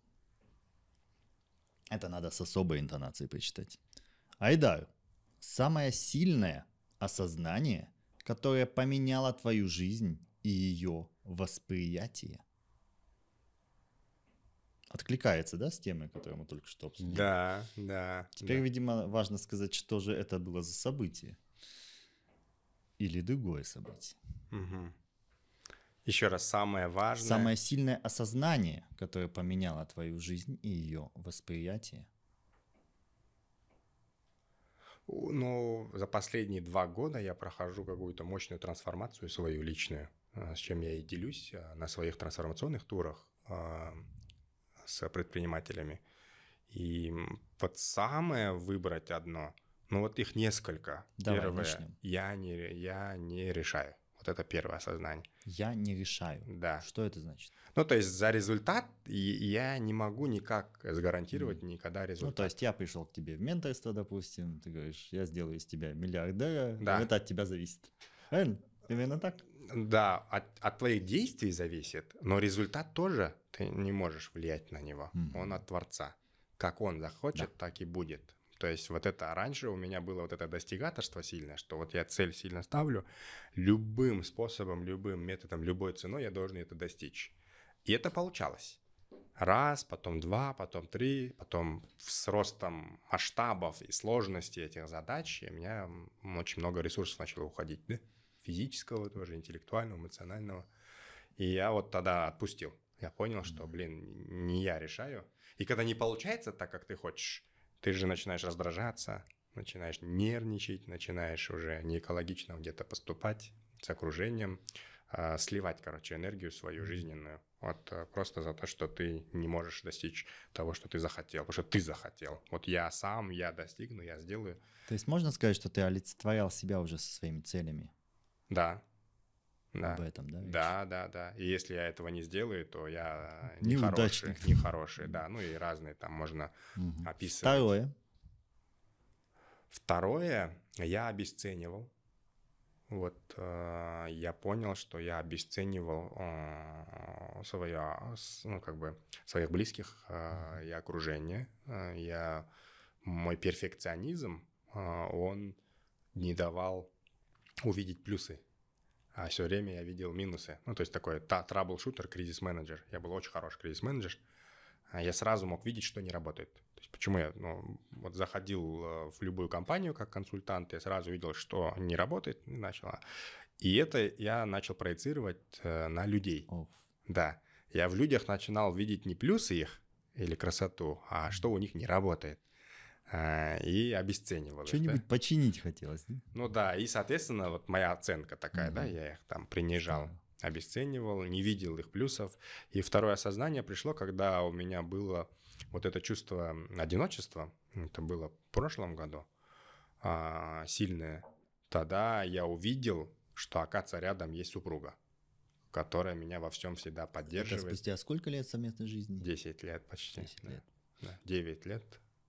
Это надо с особой интонацией прочитать. Айдар, самое сильное осознание, которое поменяло твою жизнь и ее восприятие. Откликается, да, с темой, которую мы только что обсудили? Да, да. Теперь, да. видимо, важно сказать, что же это было за событие. Или другое событие. Угу. Еще раз, самое важное... Самое сильное осознание, которое поменяло твою жизнь и ее восприятие. Ну, за последние два года я прохожу какую-то мощную трансформацию свою личную, с чем я и делюсь на своих трансформационных турах с предпринимателями. И вот самое выбрать одно, ну вот их несколько. Давай, Первое, начнем. Я не, я не решаю. Вот это первое осознание. Я не решаю. Да. Что это значит? Ну, то есть за результат я не могу никак сгарантировать mm. никогда результат. Ну, то есть я пришел к тебе в менторство, допустим, ты говоришь, я сделаю из тебя миллиардера, да. это от тебя зависит. Правильно? Именно так? Да, от, от твоих действий зависит, но результат тоже ты не можешь влиять на него. Mm. Он от Творца. Как он захочет, да. так и будет. То есть вот это раньше у меня было вот это достигаторство сильное, что вот я цель сильно ставлю, любым способом, любым методом, любой ценой я должен это достичь. И это получалось. Раз, потом два, потом три, потом с ростом масштабов и сложности этих задач у меня очень много ресурсов начало уходить, да? Физического тоже, интеллектуального, эмоционального. И я вот тогда отпустил. Я понял, что, блин, не я решаю. И когда не получается так, как ты хочешь, ты же начинаешь раздражаться, начинаешь нервничать, начинаешь уже не экологично где-то поступать с окружением, а, сливать, короче, энергию свою жизненную. Вот просто за то, что ты не можешь достичь того, что ты захотел, потому что ты захотел. Вот я сам, я достигну, я сделаю. То есть можно сказать, что ты олицетворял себя уже со своими целями? Да. Да. Об этом, да? Да, да, да. И если я этого не сделаю, то я нехороший, нехороший, да. Ну и разные там можно угу. описывать. Второе. Второе, я обесценивал. Вот э, я понял, что я обесценивал э, свое, ну, как бы, своих близких э, и окружение. Я, мой перфекционизм, э, он не давал увидеть плюсы. А все время я видел минусы. Ну, то есть такой трабл-шутер, кризис-менеджер. Я был очень хороший кризис-менеджер. Я сразу мог видеть, что не работает. То есть почему я ну, вот заходил в любую компанию как консультант, я сразу видел, что не работает, и начал. И это я начал проецировать на людей. Oh. Да. Я в людях начинал видеть не плюсы их, или красоту, а что у них не работает. И обесценивал. Что-нибудь да? починить хотелось, да? Ну да, и, соответственно, вот моя оценка такая, угу. да, я их там принижал, да. обесценивал, не видел их плюсов. И второе осознание пришло, когда у меня было вот это чувство одиночества, это было в прошлом году, сильное. Тогда я увидел, что, оказывается, рядом есть супруга, которая меня во всем всегда поддерживает. Это спустя сколько лет совместной жизни? Десять лет почти. Десять лет. Да, девять лет.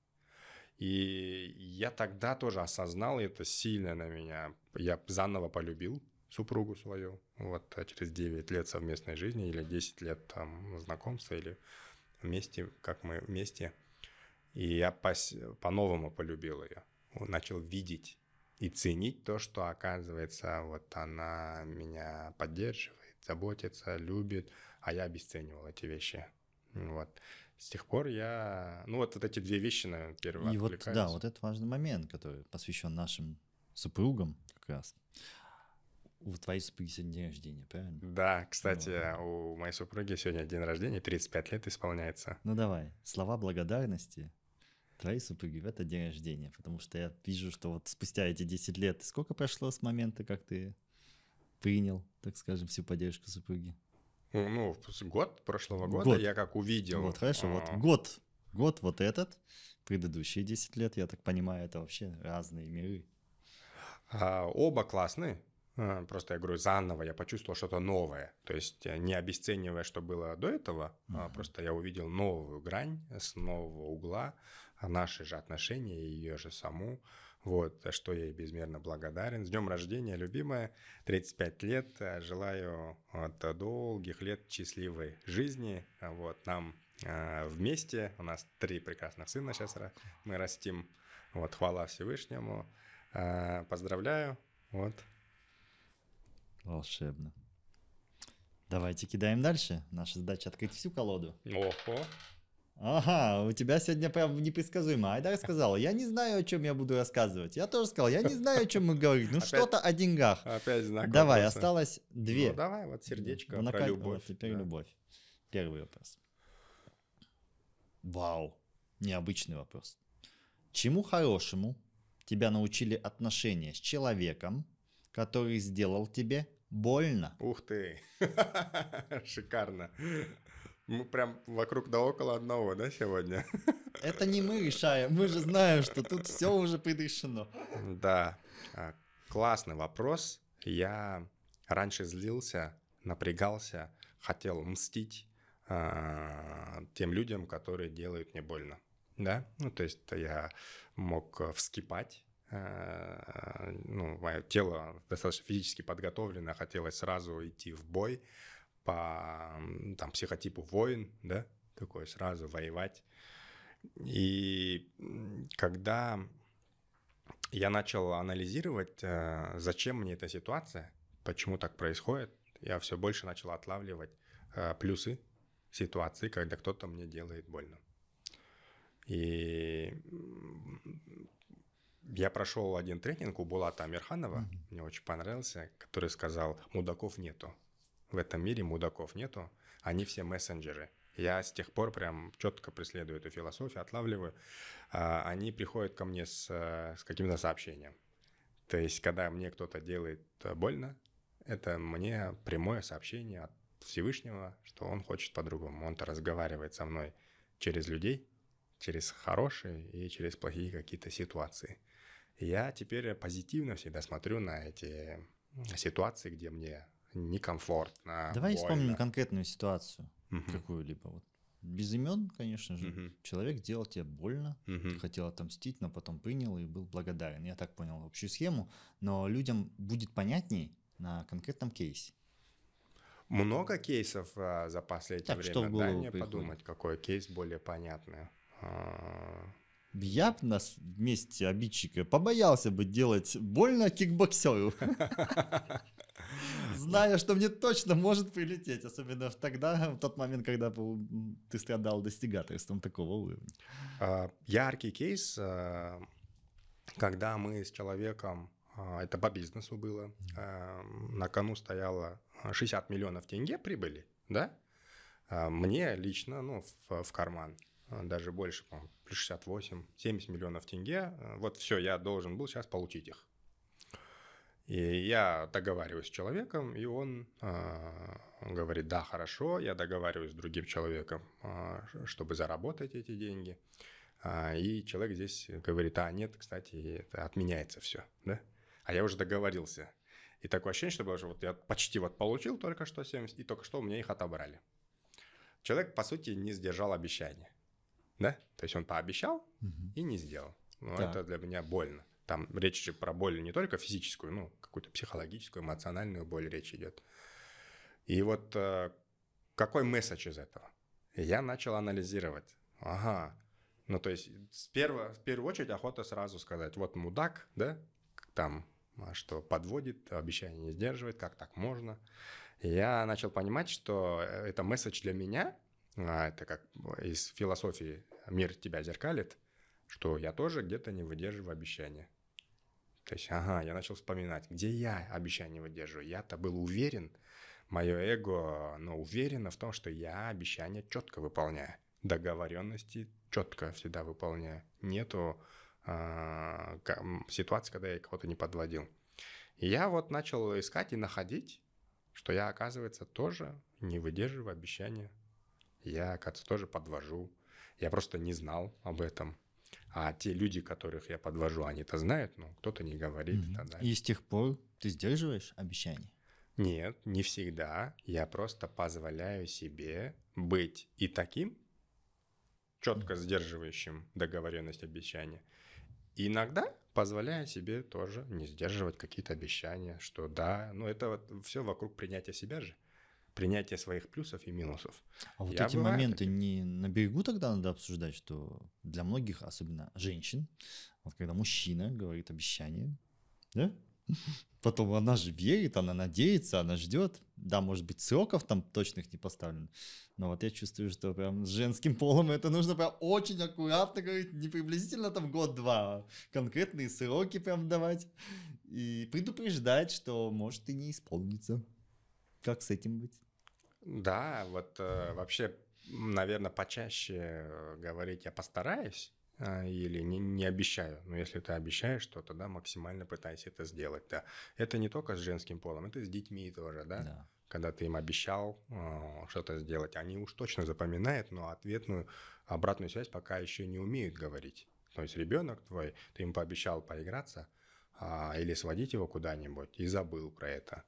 И я тогда тоже осознал, и это сильно на меня. Я заново полюбил супругу свою. Вот через девять лет совместной жизни или десять лет там знакомства, или вместе, как мы вместе. И я по-новому полюбил ее. Начал видеть и ценить то, что, оказывается, вот она меня поддерживает, заботится, любит, а я обесценивал эти вещи. Вот. С тех пор я... Ну, вот, вот эти две вещи, наверное, первые И откликаются. вот, да, вот это важный момент, который посвящен нашим супругам как раз. У твоей супруги сегодня день рождения, правильно? Да, кстати, ну, у моей супруги сегодня день рождения, тридцать пять лет исполняется. Ну, давай, слова благодарности твоей супруги в этот день рождения, потому что я вижу, что вот спустя эти десять лет, сколько прошло с момента, как ты принял, так скажем, всю поддержку супруги? Ну, год прошлого года год. я как увидел. Вот, хорошо, вот год, год вот этот, предыдущие десять лет, я так понимаю, это вообще разные миры. А, оба классные. Просто я говорю, заново я почувствовал что-то новое. То есть не обесценивая, что было до этого, uh-huh. а просто я увидел новую грань с нового угла, наши же отношения, ее же саму. Вот, за что я ей безмерно благодарен. С днем рождения, любимая, тридцать пять лет. Желаю вот, долгих лет счастливой жизни. Вот, нам э, вместе, у нас три прекрасных сына сейчас мы растим. Вот, хвала Всевышнему. Э, поздравляю. Вот. Волшебно. Давайте кидаем дальше. Наша задача открыть всю колоду. Ого. Ага, у тебя сегодня прям непредсказуемо. Айдар сказал, я не знаю, о чем я буду рассказывать. Я тоже сказал, я не знаю, о чем мы говорим. Ну, опять, что-то о деньгах. Опять знак Давай, вопроса. Осталось две. Ну, давай, вот сердечко ну, про на... любовь. Вот теперь да. любовь. Первый вопрос. Вау, необычный вопрос. Чему хорошему тебя научили отношения с человеком, который сделал тебе больно? Ух ты, шикарно. Мы прям вокруг да около одного, да, сегодня? Это не мы решаем, мы же знаем, что тут все уже предрешено. Да, классный вопрос. Я раньше злился, напрягался, хотел мстить тем людям, которые делают мне больно. Да, ну то есть я мог вскипать. Ну, мое тело достаточно физически подготовлено, хотелось сразу идти в бой по там, психотипу воин, да, такой сразу воевать. И когда я начал анализировать, зачем мне эта ситуация, почему так происходит, я все больше начал отлавливать плюсы ситуации, когда кто-то мне делает больно. И я прошел один тренинг у Булата Амирханова, mm-hmm. мне очень понравился, который сказал, мудаков нету. В этом мире мудаков нету, они все мессенджеры. Я с тех пор прям четко преследую эту философию, отлавливаю. Они приходят ко мне с, с каким-то сообщением. То есть, когда мне кто-то делает больно, это мне прямое сообщение от Всевышнего, что он хочет по-другому. Он-то разговаривает со мной через людей, через хорошие и через плохие какие-то ситуации. И я теперь позитивно всегда смотрю на эти ситуации, где мне некомфортно. Давай больно. вспомним конкретную ситуацию, uh-huh. какую-либо. Вот. Без имен, конечно же. Uh-huh. Человек сделал тебе больно, uh-huh. ты хотел отомстить, но потом принял и был благодарен. Я так понял общую схему, но людям будет понятней на конкретном кейсе. Много кейсов а, за последнее так, время. Что в голову Дай мне приходит? подумать, какой кейс более понятный. А... Я бы нас вместе обидчика побоялся бы делать больно кикбоксеру. Зная, что мне точно может прилететь. Особенно тогда, в тот момент, когда ты страдал достигаторством такого уровня. Яркий кейс, когда мы с человеком, это по бизнесу было, на кону стояло шестьдесят миллионов тенге прибыли, да? Мне лично, ну, в, в карман. даже больше, по-моему, плюс шестьдесят восемь, семьдесят миллионов тенге. Вот все, я должен был сейчас получить их. И я договариваюсь с человеком, и он э, говорит, да, хорошо, я договариваюсь с другим человеком, э, чтобы заработать эти деньги. Э, и человек здесь говорит, а нет, кстати, это отменяется все, да? А я уже договорился. И такое ощущение, что было, что вот я почти вот получил только что семьдесят, и только что у меня их отобрали. Человек, по сути, не сдержал обещания, да? То есть он пообещал угу. и не сделал. Но это для меня больно. Там речь же про боль не только физическую, ну, какую-то психологическую, эмоциональную боль речь идет. И вот э, какой месседж из этого? И я начал анализировать. Ага, ну, то есть с перво, в первую очередь охота сразу сказать, вот мудак, да, там, что подводит, обещания не сдерживает, как так можно? И я начал понимать, что это месседж для меня, это как из философии «мир тебя зеркалит», что я тоже где-то не выдерживаю обещания. То есть, ага, я начал вспоминать, где я обещания выдерживаю. Я-то был уверен, мое эго, но уверено в том, что я обещания четко выполняю. Договоренности четко всегда выполняю. Нету э, ситуации, когда я кого-то не подводил. И я вот начал искать и находить, что я, оказывается, тоже не выдерживаю обещания. Я, оказывается, тоже подвожу. Я просто не знал об этом. А те люди, которых я подвожу, они-то знают, но кто-то не говорит. Mm-hmm. И так далее. И с тех пор ты сдерживаешь обещания? Нет, не всегда. Я просто позволяю себе быть и таким, четко mm-hmm. сдерживающим договоренность обещания. И иногда позволяю себе тоже не сдерживать какие-то обещания, что да, ну это вот все вокруг принятия себя же. Принятие своих плюсов и минусов. А вот я эти моменты таким. Не на берегу тогда надо обсуждать, что для многих, особенно женщин, вот когда мужчина говорит обещание, да? Потом она же верит, она надеется, она ждет. Да, может быть, сроков там точных не поставлено, но вот я чувствую, что прям с женским полом это нужно прям очень аккуратно говорить, не приблизительно там год-два, а конкретные сроки прям давать и предупреждать, что может и не исполниться. Как с этим быть? Да, вот э, вообще, наверное, почаще говорить я постараюсь э, или не, не обещаю. Но если ты обещаешь что-то, да, максимально пытайся это сделать. Да. Это не только с женским полом, это с детьми тоже, да. да. Когда ты им обещал э, что-то сделать, они уж точно запоминают, но ответную обратную связь пока еще не умеют говорить. То есть ребенок твой, ты им пообещал поиграться э, или сводить его куда-нибудь и забыл про это.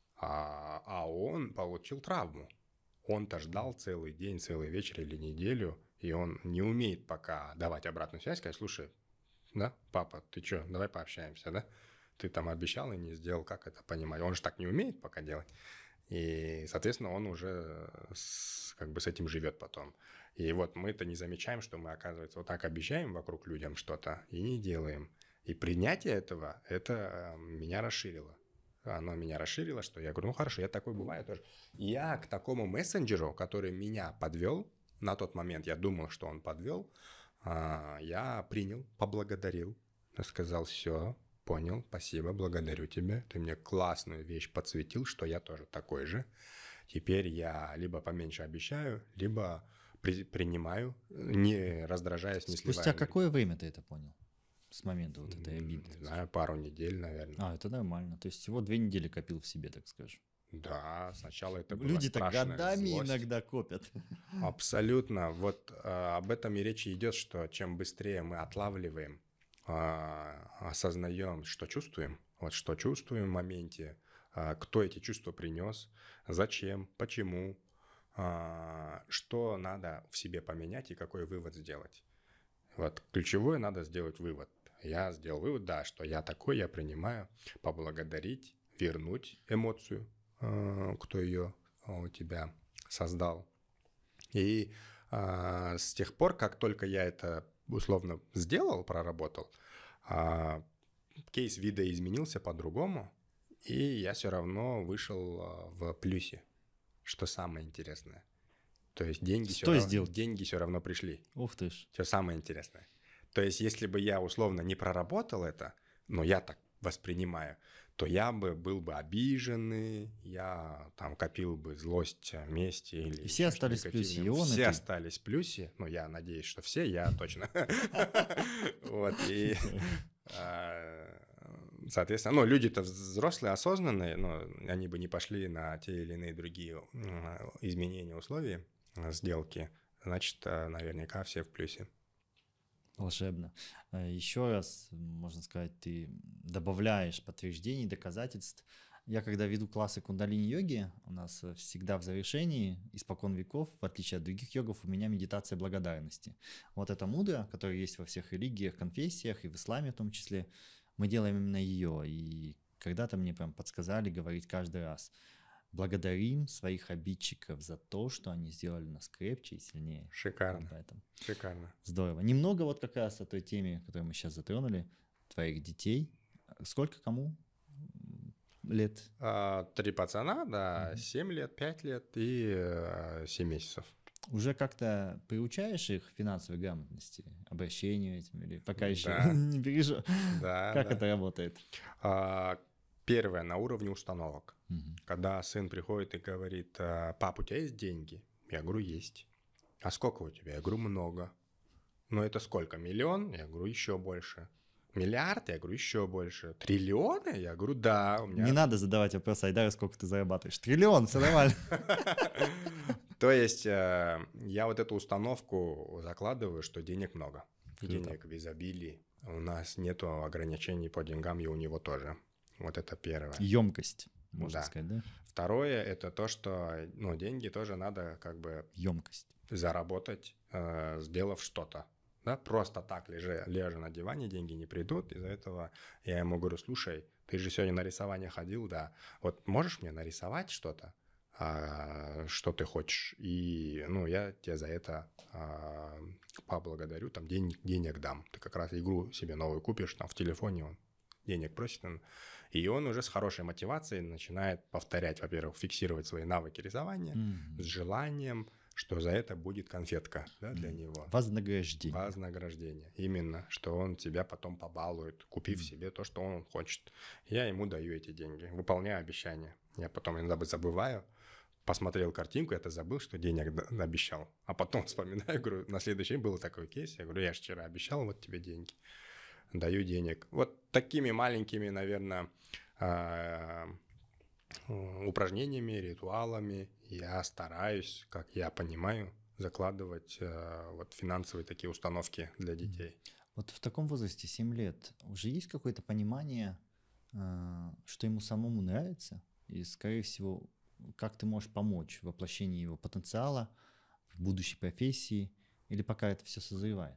А, а он получил травму. Он-то ждал целый день, целый вечер или неделю, и он не умеет пока давать обратную связь, сказать, слушай, да, папа, ты что, давай пообщаемся, да? Ты там обещал и не сделал, как это понимать? Он же так не умеет пока делать. И, соответственно, он уже с, как бы с этим живет потом. И вот мы-то не замечаем, что мы, оказывается, вот так обещаем вокруг людям что-то и не делаем. И принятие этого, это меня расширило. Оно меня расширило, что я говорю, ну хорошо, я такой бываю тоже. Я к такому мессенджеру, который меня подвел, на тот момент я думал, что он подвел, я принял, поблагодарил, сказал, все, понял, спасибо, благодарю тебя, ты мне классную вещь подсветил, что я тоже такой же. Теперь я либо поменьше обещаю, либо при, принимаю, не раздражаясь, не сливая. Спустя какое время ты это понял? С момента вот этой обиды? Не знаю, пару недель, наверное. А, это нормально. То есть всего две недели копил в себе, так скажем. Да, сначала это было Люди-то годами злость. Иногда копят. Абсолютно. Вот э, об этом и речь идет, что чем быстрее мы отлавливаем, э, осознаем, что чувствуем, вот что чувствуем в моменте, э, кто эти чувства принес, зачем, почему, э, что надо в себе поменять и какой вывод сделать. Вот ключевое надо сделать вывод. Я сделал вывод, да, что я такой, я принимаю, поблагодарить, вернуть эмоцию, э, кто ее у тебя создал. И э, с тех пор, как только я это условно сделал, проработал, э, кейс видоизменился по-другому, и я все равно вышел в плюсе, что самое интересное. То есть деньги, все равно, деньги все равно пришли. Ух ты ж. Все самое интересное. То есть если бы я условно не проработал это, но я так воспринимаю, то я бы был бы обиженный, я там копил бы злость, месть или и все остались в плюсе, и он, все и ты. остались в плюсе, ну, я надеюсь, что все, я точно. Вот, и, соответственно, ну, люди-то взрослые, осознанные, но они бы не пошли на те или иные другие изменения условий сделки, значит, наверняка все в плюсе. Волшебно. Еще раз, можно сказать, ты добавляешь подтверждений, доказательств. Я когда веду классы кундалини-йоги, у нас всегда в завершении, испокон веков, в отличие от других йогов, у меня медитация благодарности. Вот эта мудра, которая есть во всех религиях, конфессиях и в исламе в том числе, мы делаем именно ее. И когда-то мне прям подсказали говорить каждый раз: благодарим своих обидчиков за то, что они сделали нас крепче и сильнее. Шикарно. Поэтому. Шикарно. Здорово. Немного вот как раз о той теме, которую мы сейчас затронули, твоих детей. Сколько кому лет? А, три пацана, да, Мгм. семь лет, пять лет и э, семь месяцев. Уже как-то приучаешь их финансовой грамотности, обращению этим, или пока еще Да. не бережешь? Да, Как да. это работает? А, Первое, на уровне установок. Мгм. Когда сын приходит и говорит: пап, у тебя есть деньги? Я говорю, есть. А сколько у тебя? Я говорю, много. Ну это сколько? Миллион? Я говорю, еще больше. Миллиард? Я говорю, еще больше. Триллионы? Я говорю, да. У меня... Не надо задавать вопрос: Айдар, сколько ты зарабатываешь? Триллион, все нормально. То есть э, я вот эту установку закладываю, что денег много. Круто. Денег в изобилии. У нас нету ограничений по деньгам, и у него тоже. Вот это первое. Емкость, можно Да. сказать, да? Второе – это то, что ну, деньги тоже надо как бы Емкость. заработать, э, сделав что-то. Да? Просто так, лежа, лежа на диване, деньги не придут. Из-за этого я ему говорю: слушай, ты же сегодня на рисование ходил, да. Вот можешь мне нарисовать что-то, а, что ты хочешь? И ну, я тебе за это а, поблагодарю, там денег, денег дам. Ты как раз игру себе новую купишь, там в телефоне он денег просит, он, и он уже с хорошей мотивацией начинает повторять, во-первых, фиксировать свои навыки рисования, Мгм. с желанием, что за это будет конфетка, да, для Мгм. него. Вознаграждение. Вознаграждение. Именно, что он тебя потом побалует, купив Мгм. себе то, что он хочет. Я ему даю эти деньги, выполняю обещания. Я потом иногда забываю, посмотрел картинку, это забыл, что денег д- обещал. А потом вспоминаю, говорю, на следующий день был такой кейс, я говорю, я же вчера обещал, вот тебе деньги. Даю денег. Вот такими маленькими, наверное, упражнениями, ритуалами я стараюсь, как я понимаю, закладывать вот финансовые такие установки для детей. Вот в таком возрасте, семь лет, уже есть какое-то понимание, э, что ему самому нравится, и, скорее всего, как ты можешь помочь в воплощении его потенциала в будущей профессии, или пока это все созревает?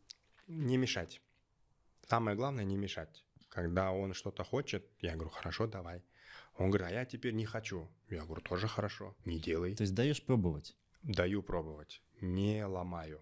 Не мешать. Самое главное — не мешать. Когда он что-то хочет, я говорю, хорошо, давай. Он говорит, а я теперь не хочу. Я говорю, тоже хорошо, не делай. То есть даешь пробовать? Даю пробовать, не ломаю.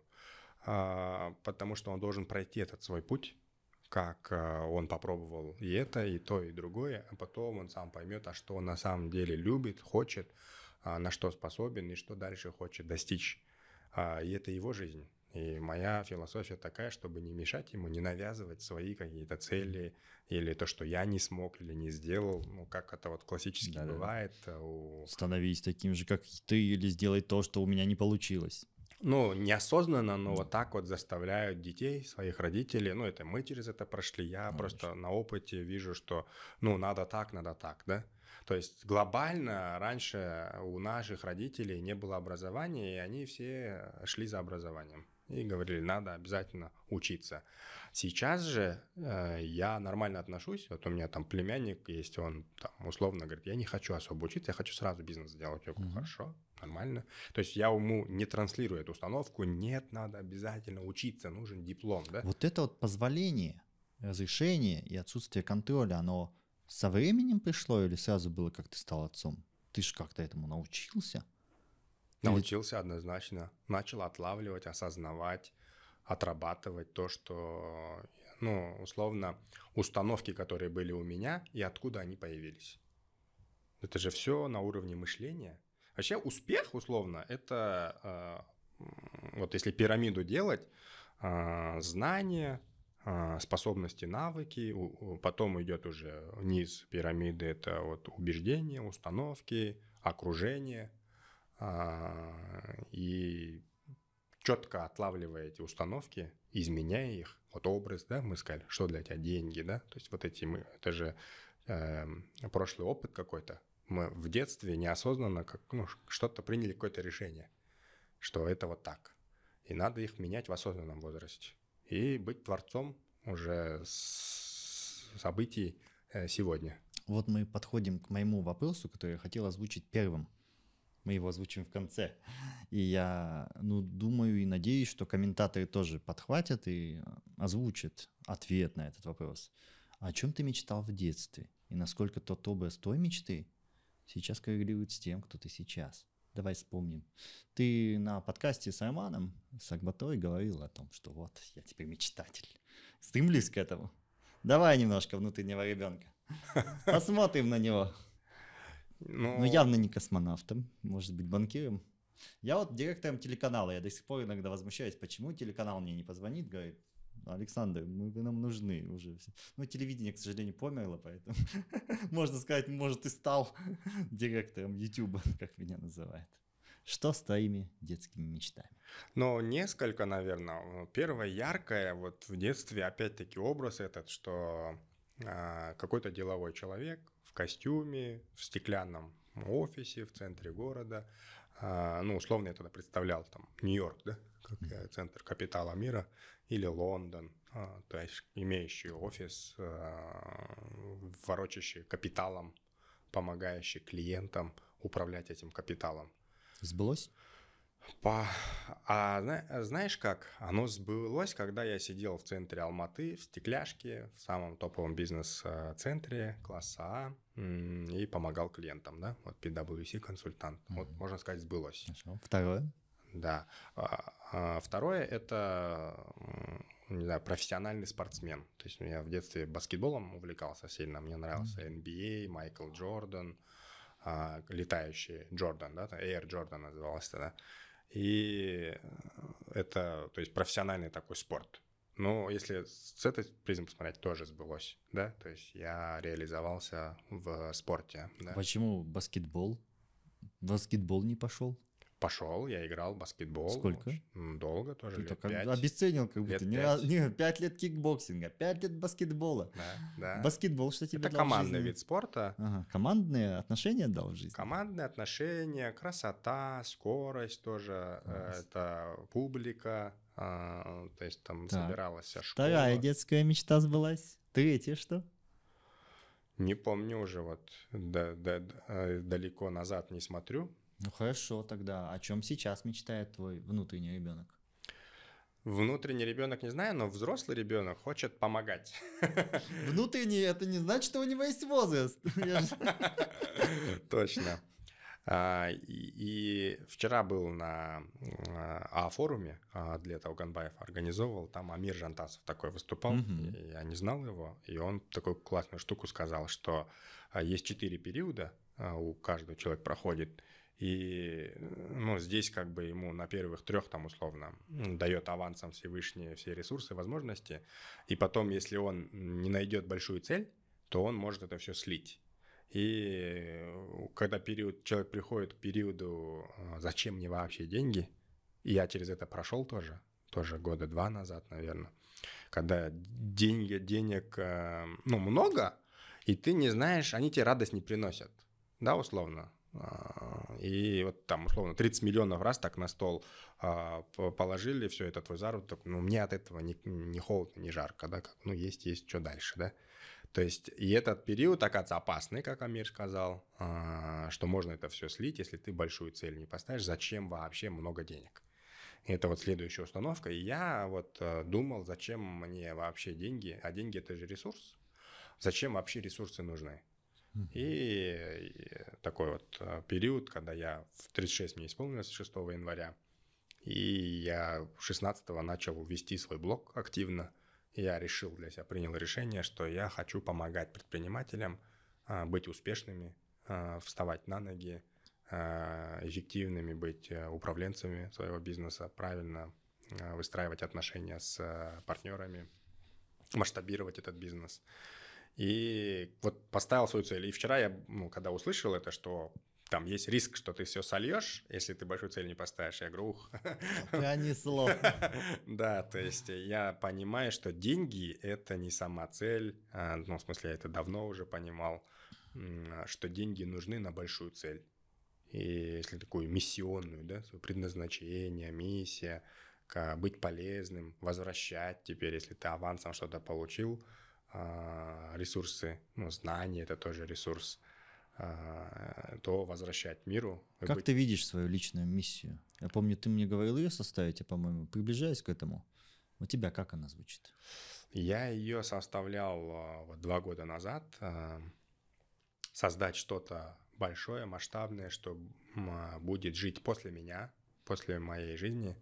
А, потому что он должен пройти этот свой путь, как а, он попробовал и это, и то, и другое, а потом он сам поймет, а что он на самом деле любит, хочет, а, на что способен и что дальше хочет достичь. А, и это его жизнь. И моя философия такая, чтобы не мешать ему, не навязывать свои какие-то цели или то, что я не смог или не сделал, ну, как это вот классически Да-да-да. бывает. У... Становись таким же, как ты, или сделай то, что у меня не получилось. Ну, неосознанно, но вот так вот заставляют детей, своих родителей. Ну, это мы через это прошли. Я Конечно. просто на опыте вижу, что, ну, надо так, надо так, да? То есть глобально раньше у наших родителей не было образования, и они все шли за образованием. И говорили, надо обязательно учиться. Сейчас же э, я нормально отношусь. Вот у меня там племянник есть, он там, условно говорит, я не хочу особо учиться, я хочу сразу бизнес делать. Я говорю, Мгм. хорошо, нормально. То есть я ему не транслирую эту установку, нет, надо обязательно учиться, нужен диплом, да? Вот это вот позволение, разрешение и отсутствие контроля, оно со временем пришло или сразу было, как ты стал отцом? Ты же как-то этому научился? Или- Научился однозначно. Начал отлавливать, осознавать, отрабатывать то, что, ну, условно, установки, которые были у меня, и откуда они появились. Это же все на уровне мышления. Вообще успех, условно, это, э, м, вот если пирамиду делать, э, знания, способности, навыки, потом идет уже вниз пирамиды, это вот убеждения, установки, окружение, и четко отлавливая эти установки, изменяя их, вот образ, да, мы сказали, что для тебя деньги, да, то есть вот эти мы, это же э, прошлый опыт какой-то, мы в детстве неосознанно как, ну, что-то приняли, какое-то решение, что это вот так, и надо их менять в осознанном возрасте. И быть творцом уже с событий сегодня. Вот мы подходим к моему вопросу, который я хотел озвучить первым. Мы его озвучим в конце. И я ну, думаю и надеюсь, что комментаторы тоже подхватят и озвучат ответ на этот вопрос. О чем ты мечтал в детстве? И насколько тот образ той мечты сейчас коррелирует с тем, кто ты сейчас? Давай вспомним. Ты на подкасте с Романом, с Акбатой говорил о том, что вот, я теперь мечтатель. Стремлюсь к этому. Давай немножко внутреннего ребенка. Посмотрим на него. Но... Ну, явно не космонавтом, может быть, банкиром. Я вот директором телеканала, я до сих пор иногда возмущаюсь, почему телеканал мне не позвонит, говорит, Александр, мы, вы нам нужны уже. Ну, телевидение, к сожалению, померло, поэтому, можно сказать, может, и стал директором YouTube, как меня называют. Что с твоими детскими мечтами? Ну, несколько, наверное. Первое яркое, вот в детстве, опять-таки, образ этот, что а, какой-то деловой человек в костюме, в стеклянном офисе в центре города, а, ну, условно я тогда представлял, там, Нью-Йорк, да, как mm-hmm. центр капитала мира, или Лондон, а, то есть имеющий офис, а, ворочащий капиталом, помогающий клиентам управлять этим капиталом. Сбылось? По... А знаешь как? Оно сбылось, когда я сидел в центре Алматы, в стекляшке, в самом топовом бизнес-центре класса А, и помогал клиентам, да, вот пи дабл ю си-консультант. Mm-hmm. Вот, можно сказать, сбылось. Хорошо. Второе? Да. Второе – это, не знаю, профессиональный спортсмен. То есть я в детстве баскетболом увлекался сильно, мне нравился mm-hmm. эн би эй, Майкл Джордан, летающий Джордан, да, Air Jordan назывался тогда. И это, то есть, профессиональный такой спорт. Но если с этой призмы посмотреть, тоже сбылось, да, то есть я реализовался в спорте. Да? Почему баскетбол? Баскетбол не пошел? Пошел, я играл в баскетбол. Сколько? Долго тоже, ты лет как пять. Обесценил как будто. Не, раз, не, пять лет кикбоксинга, пять лет баскетбола. Да, да. Баскетбол, что тебе Это дал в жизни? командный вид спорта. Ага. Командные отношения дал в жизни? Командные отношения, красота, скорость тоже. Класс. Это публика. А, то есть там так. собиралась вся школа. Вторая детская мечта сбылась. Третья что? Не помню уже, вот да, да, да, далеко назад не смотрю. Ну хорошо, тогда о чем сейчас мечтает твой внутренний ребенок? Внутренний ребенок не знаю, но взрослый ребенок хочет помогать. Внутренний — это не значит, что у него есть возраст. Точно. И вчера был на А-форуме, для Тауганбаев организовывал, там Амир Жантасов такой выступал, я не знал его, и он такую классную штуку сказал, что есть четыре периода, у каждого человека проходит. И ну, здесь как бы ему на первых трех там условно дает авансом Всевышний все ресурсы, возможности. И потом, если он не найдет большую цель, то он может это все слить. И когда период, человек приходит к периоду «зачем мне вообще деньги?», и я через это прошел тоже, тоже года два назад, наверное, когда деньги, денег ну, много, и ты не знаешь, они тебе радость не приносят, да, условно. И вот там, условно, тридцать миллионов раз так на стол а, положили, все это твой заработок, ну, мне от этого не, не холодно, не жарко, да, как, ну, есть, есть, что дальше, да. То есть, и этот период, оказывается, опасный, как Амир сказал, а, что можно это все слить, если ты большую цель не поставишь, зачем вообще много денег. И это вот следующая установка, и я вот думал, зачем мне вообще деньги, а деньги – это же ресурс, зачем вообще ресурсы нужны. И, и такой вот период, когда я в тридцать шесть мне исполнилось шестого января, и я шестнадцатого начал вести свой блог активно. И я решил для себя, принял решение, что я хочу помогать предпринимателям а, быть успешными, а, вставать на ноги, а, эффективными, быть управленцами своего бизнеса, правильно а, выстраивать отношения с а, партнерами. масштабировать этот бизнес. И вот поставил свою цель. И вчера я, ну, когда услышал это, что там есть риск, что ты все сольешь, если ты большую цель не поставишь, я говорю, ух. Пронесло. Да, то есть я понимаю, что деньги – это не сама цель. Ну, в смысле, я это давно уже понимал, что деньги нужны на большую цель. И если такую миссионную, да, свое предназначение, миссия, быть полезным, возвращать теперь, если ты авансом что-то получил, ресурсы, ну, знания – это тоже ресурс, то возвращать миру. Как быть... ты видишь свою личную миссию? Я помню, ты мне говорил ее составить, я, по-моему, приближаюсь к этому. У тебя как она звучит? Я ее составлял вот, два года назад. Создать что-то большое, масштабное, что будет жить после меня, после моей жизни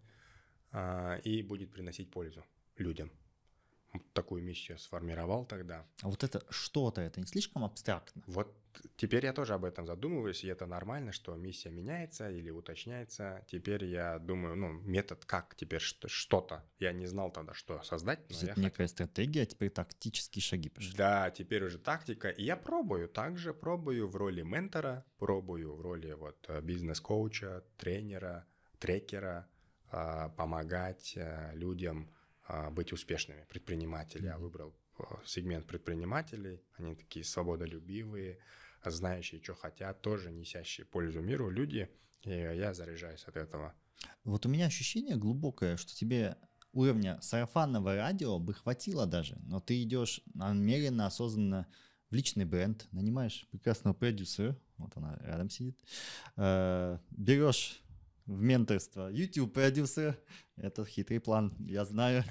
и будет приносить пользу людям. Такую миссию сформировал тогда. А вот это что-то, это не слишком абстрактно? Вот теперь я тоже об этом задумываюсь, и это нормально, что миссия меняется или уточняется. Теперь я думаю, ну, метод как теперь что-то. Я не знал тогда, что создать. Но это я некая хотел... стратегия, а теперь тактические шаги пошли. Да, теперь уже тактика. И я пробую, также пробую в роли ментора, пробую в роли вот бизнес-коуча, тренера, трекера, помогать людям быть успешными, предприниматели. Я выбрал сегмент предпринимателей, они такие свободолюбивые, знающие, что хотят, тоже несящие пользу миру люди, и я заряжаюсь от этого. Вот у меня ощущение глубокое, что тебе уровня сарафанного радио бы хватило даже, но ты идешь намеренно, осознанно в личный бренд, нанимаешь прекрасного продюсера, вот она рядом сидит, берешь в менторство YouTube-продюсера. Это хитрый план, я знаю.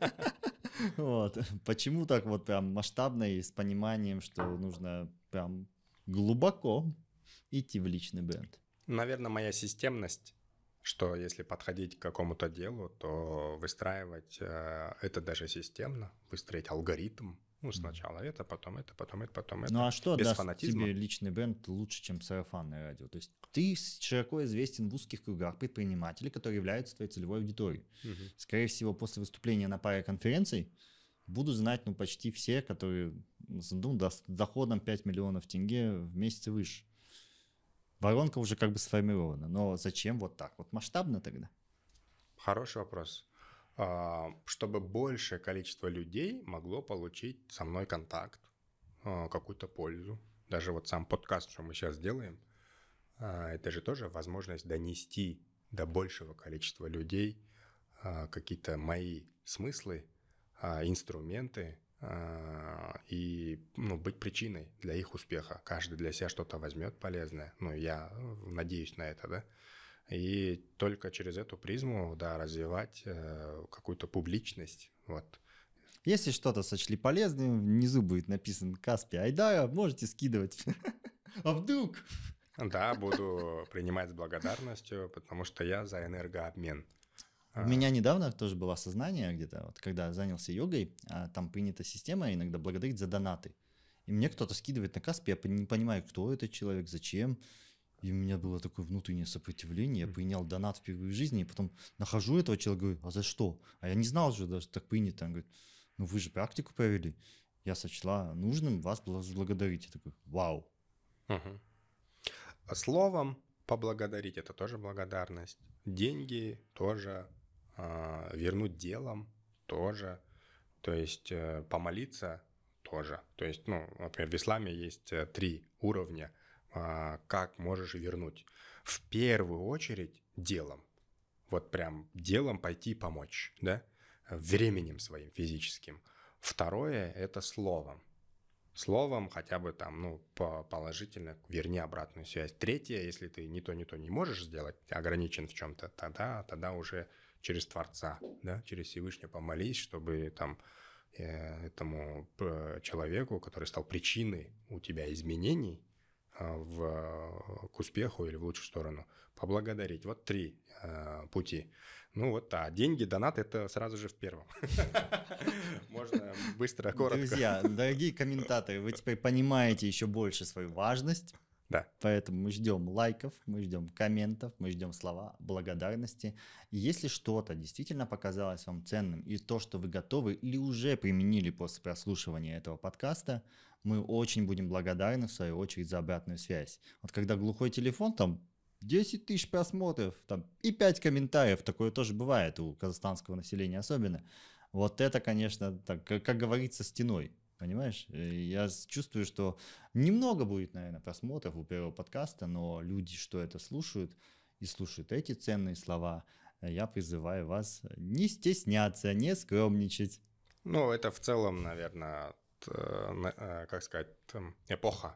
Вот. Почему так вот прям масштабно и с пониманием, что нужно прям глубоко идти в личный бренд? Наверное, моя системность, что если подходить к какому-то делу, то выстраивать э, это даже системно, выстроить алгоритм. Ну, сначала это, потом это, потом это, потом это. Ну, а что без даст фанатизма. тебе личный бренд лучше, чем сарафанное радио? То есть ты широко известен в узких кругах предпринимателей, которые являются твоей целевой аудиторией. Угу. Скорее всего, после выступления на паре конференций буду знать, ну, почти все, которые ну, с доходом пять миллионов тенге в месяц и выше. Воронка уже как бы сформирована. Но зачем вот так? Вот масштабно тогда? Хороший вопрос. Чтобы большее количество людей могло получить со мной контакт, какую-то пользу. Даже вот сам подкаст, что мы сейчас делаем, это же тоже возможность донести до большего количества людей какие-то мои смыслы, инструменты и ну, быть причиной для их успеха. Каждый для себя что-то возьмет полезное. Ну, я надеюсь на это, да. И только через эту призму, да, развивать э, какую-то публичность, вот. Если что-то сочли полезным, внизу будет написан Каспий Айдара, можете скидывать. А вдруг? Да, буду принимать с благодарностью, потому что я за энергообмен. У меня недавно тоже было осознание где-то, вот, когда занялся йогой, там принята система иногда благодарить за донаты. И мне кто-то скидывает на Каспий, я не понимаю, кто этот человек, зачем. И у меня было такое внутреннее сопротивление, я принял донат впервые в жизни, и потом нахожу этого человека, говорю, а за что? А я не знал же, даже так принято. Он говорит, ну вы же практику провели. Я сочла нужным вас благодарить. Я такой, вау. Угу. Словом поблагодарить – это тоже благодарность. Деньги тоже, э, вернуть делом тоже. То есть э, помолиться тоже. То есть, ну, например, в исламе есть э, три уровня, как можешь вернуть. В первую очередь делом. Вот прям делом пойти помочь, да? Временем своим физическим. Второе – это словом. Словом хотя бы там, ну, положительно верни обратную связь. Третье, если ты ни то, ни то не можешь сделать, ограничен в чем-то, тогда, тогда уже через Творца, да? Через Всевышнего помолись, чтобы там этому человеку, который стал причиной у тебя изменений, В, к успеху или в лучшую сторону, поблагодарить. Вот три э, пути. Ну вот, а деньги, донат – это сразу же в первом. Можно быстро, коротко. Друзья, дорогие комментаторы, вы теперь понимаете еще больше свою важность. Да. Поэтому мы ждем лайков, мы ждем комментов, мы ждем слова благодарности. И если что-то действительно показалось вам ценным, и то, что вы готовы или уже применили после прослушивания этого подкаста, мы очень будем благодарны, в свою очередь, за обратную связь. Вот когда глухой телефон, там десять тысяч просмотров, там и пять комментариев, такое тоже бывает у казахстанского населения особенно. Вот это, конечно, так, как, как говорится, стеной. Понимаешь? Я чувствую, что немного будет, наверное, просмотров у первого подкаста, но люди, что это слушают и слушают эти ценные слова, я призываю вас не стесняться, не скромничать. Ну, это в целом, наверное, как сказать, эпоха.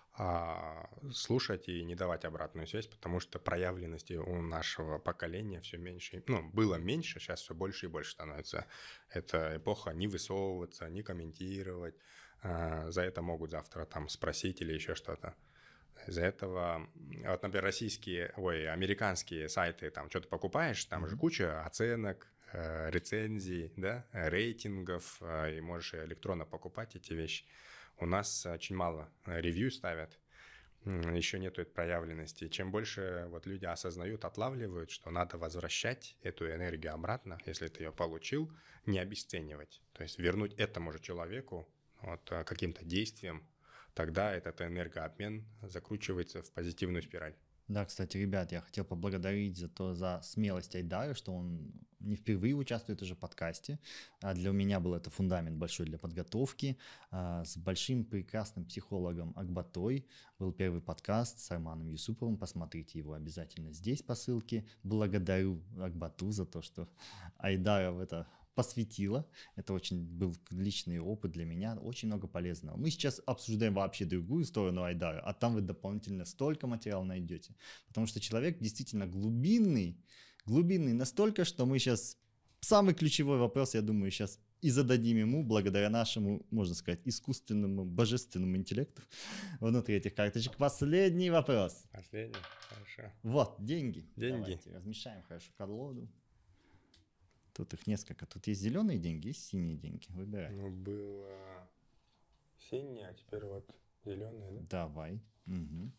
Слушать и не давать обратную связь, потому что проявленности у нашего поколения все меньше. Ну, было меньше, сейчас все больше и больше становится. Это эпоха не высовываться, не комментировать. За это могут завтра там спросить или еще что-то. Из-за этого, вот, например, российские, ой, американские сайты, там что-то покупаешь, там mm-hmm. же куча оценок, рецензий, да, рейтингов, и можешь электронно покупать эти вещи. У нас очень мало ревью ставят, еще нету этой проявленности. Чем больше вот люди осознают, отлавливают, что надо возвращать эту энергию обратно, если ты ее получил, не обесценивать. То есть вернуть этому же человеку вот, каким-то действием, тогда этот энергообмен закручивается в позитивную спираль. Да, кстати, ребят, я хотел поблагодарить за то, за смелость Айдара, что он не впервые участвует уже в подкасте. А для меня был это фундамент большой для подготовки. А, с большим прекрасным психологом Акбатой был первый подкаст с Арманом Юсуповым. Посмотрите его обязательно здесь по ссылке. Благодарю Акбату за то, что Айдара в это посвятила. Это очень был личный опыт для меня, очень много полезного. Мы сейчас обсуждаем вообще другую сторону Айдара, а там вы дополнительно столько материала найдете. Потому что человек действительно глубинный, глубинный настолько, что мы сейчас самый ключевой вопрос, я думаю, сейчас и зададим ему благодаря нашему, можно сказать, искусственному, божественному интеллекту внутри этих карточек. Последний вопрос. Последний, хорошо. Вот, деньги. Деньги. Давайте размешаем хорошо колоду. Тут их несколько. Тут есть зеленые деньги, есть синие деньги. Выбирай. Ну, было синие, а теперь вот зеленые, да? Давай. Угу.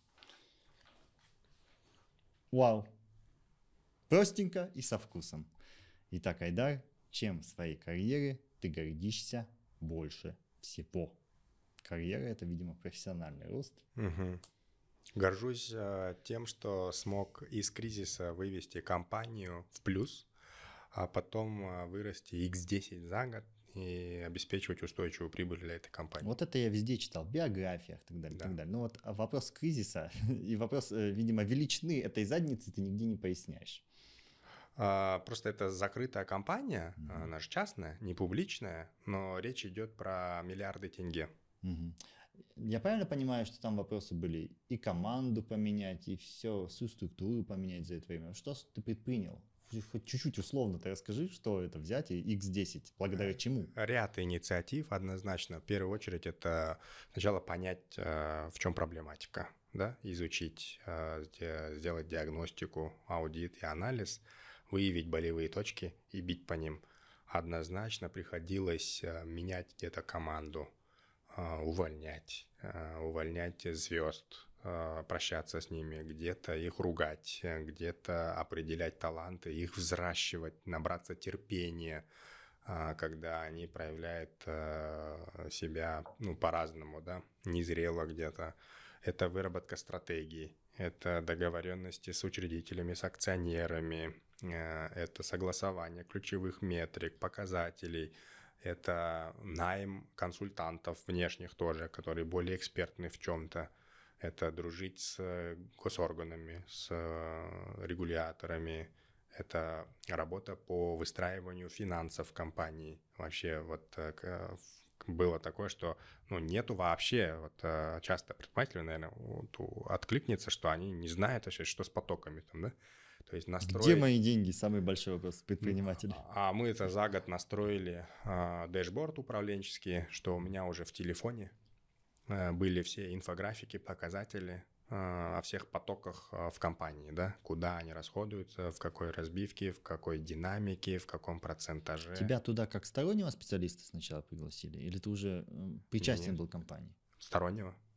Вау. Простенько и со вкусом. Итак, Айдар, чем в своей карьере ты гордишься больше всего? Карьера — это, видимо, профессиональный рост. Угу. Горжусь э, тем, что смог из кризиса вывести компанию в плюс, а потом вырасти икс десять за год и обеспечивать устойчивую прибыль для этой компании. Вот это я везде читал, в биографиях и так далее. Да. Так далее. Но вот вопрос кризиса и вопрос, видимо, величины этой задницы ты нигде не поясняешь. А, просто это закрытая компания, mm-hmm. она же частная, не публичная, но речь идет про миллиарды тенге. Mm-hmm. Я правильно понимаю, что там вопросы были и команду поменять, и все, всю структуру поменять за это время? Что ты предпринял? Хоть чуть-чуть условно ты расскажи, что это взятие икс десять, благодаря чему? Ряд инициатив однозначно. В первую очередь это сначала понять, в чем проблематика, да? Изучить, сделать диагностику, аудит и анализ, выявить болевые точки и бить по ним. Однозначно приходилось менять где-то команду, увольнять, увольнять звезд, прощаться с ними, где-то их ругать, где-то определять таланты, их взращивать, набраться терпения, когда они проявляют себя ну, по-разному, да, незрело где-то. Это выработка стратегий, это договоренности с учредителями, с акционерами, это согласование ключевых метрик, показателей, это найм консультантов внешних тоже, которые более экспертны в чем-то. Это дружить с госорганами, с регуляторами. Это работа по выстраиванию финансов компании. Вообще вот было такое, что ну, нету вообще, вот, часто предприниматели, наверное, вот, откликнется, что они не знают вообще, что с потоками там, да? То есть настроить... Где мои деньги? Самый большой вопрос предпринимателей. А мы это за год настроили а, дэшборд управленческий, что у меня уже в телефоне были все инфографики, показатели о всех потоках в компании, да, куда они расходуются, в какой разбивке, в какой динамике, в каком процентаже. Тебя туда как стороннего специалиста сначала пригласили? Или ты уже причастен Нет. был к компании? Стороннего.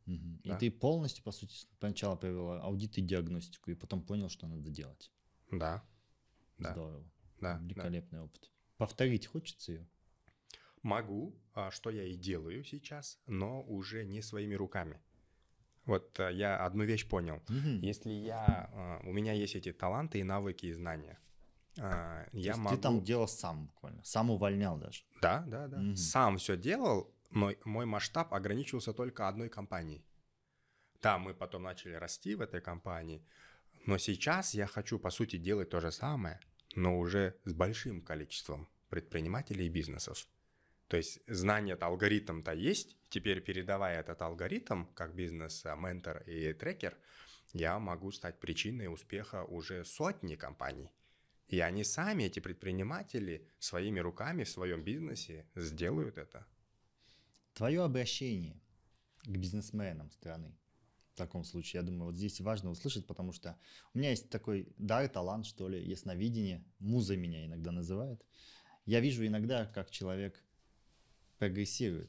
Угу. Да. И ты полностью, по сути, сначала провел аудит и диагностику, и потом понял, что надо делать. Да. Да. Здорово. Да. Великолепный да. опыт. Повторить хочется ее? Могу, что я и делаю сейчас, но уже не своими руками. Вот я одну вещь понял. Угу. Если я, у меня есть эти таланты и навыки и знания, То я есть могу... ты там делал сам буквально, сам увольнял даже? Да, да, да. Угу. Сам все делал, но мой масштаб ограничивался только одной компанией. Да, мы потом начали расти в этой компании, но сейчас я хочу, по сути, делать то же самое, но уже с большим количеством предпринимателей и бизнесов. То есть знание-то, алгоритм-то есть, теперь передавая этот алгоритм как бизнес-ментор и трекер, я могу стать причиной успеха уже сотни компаний. И они сами, эти предприниматели, своими руками в своем бизнесе сделают это. Твое обращение к бизнесменам страны. В таком случае, я думаю, вот здесь важно услышать, потому что у меня есть такой дар, талант, что ли, ясновидение, муза меня иногда называют. Я вижу иногда, как человек прогрессирует.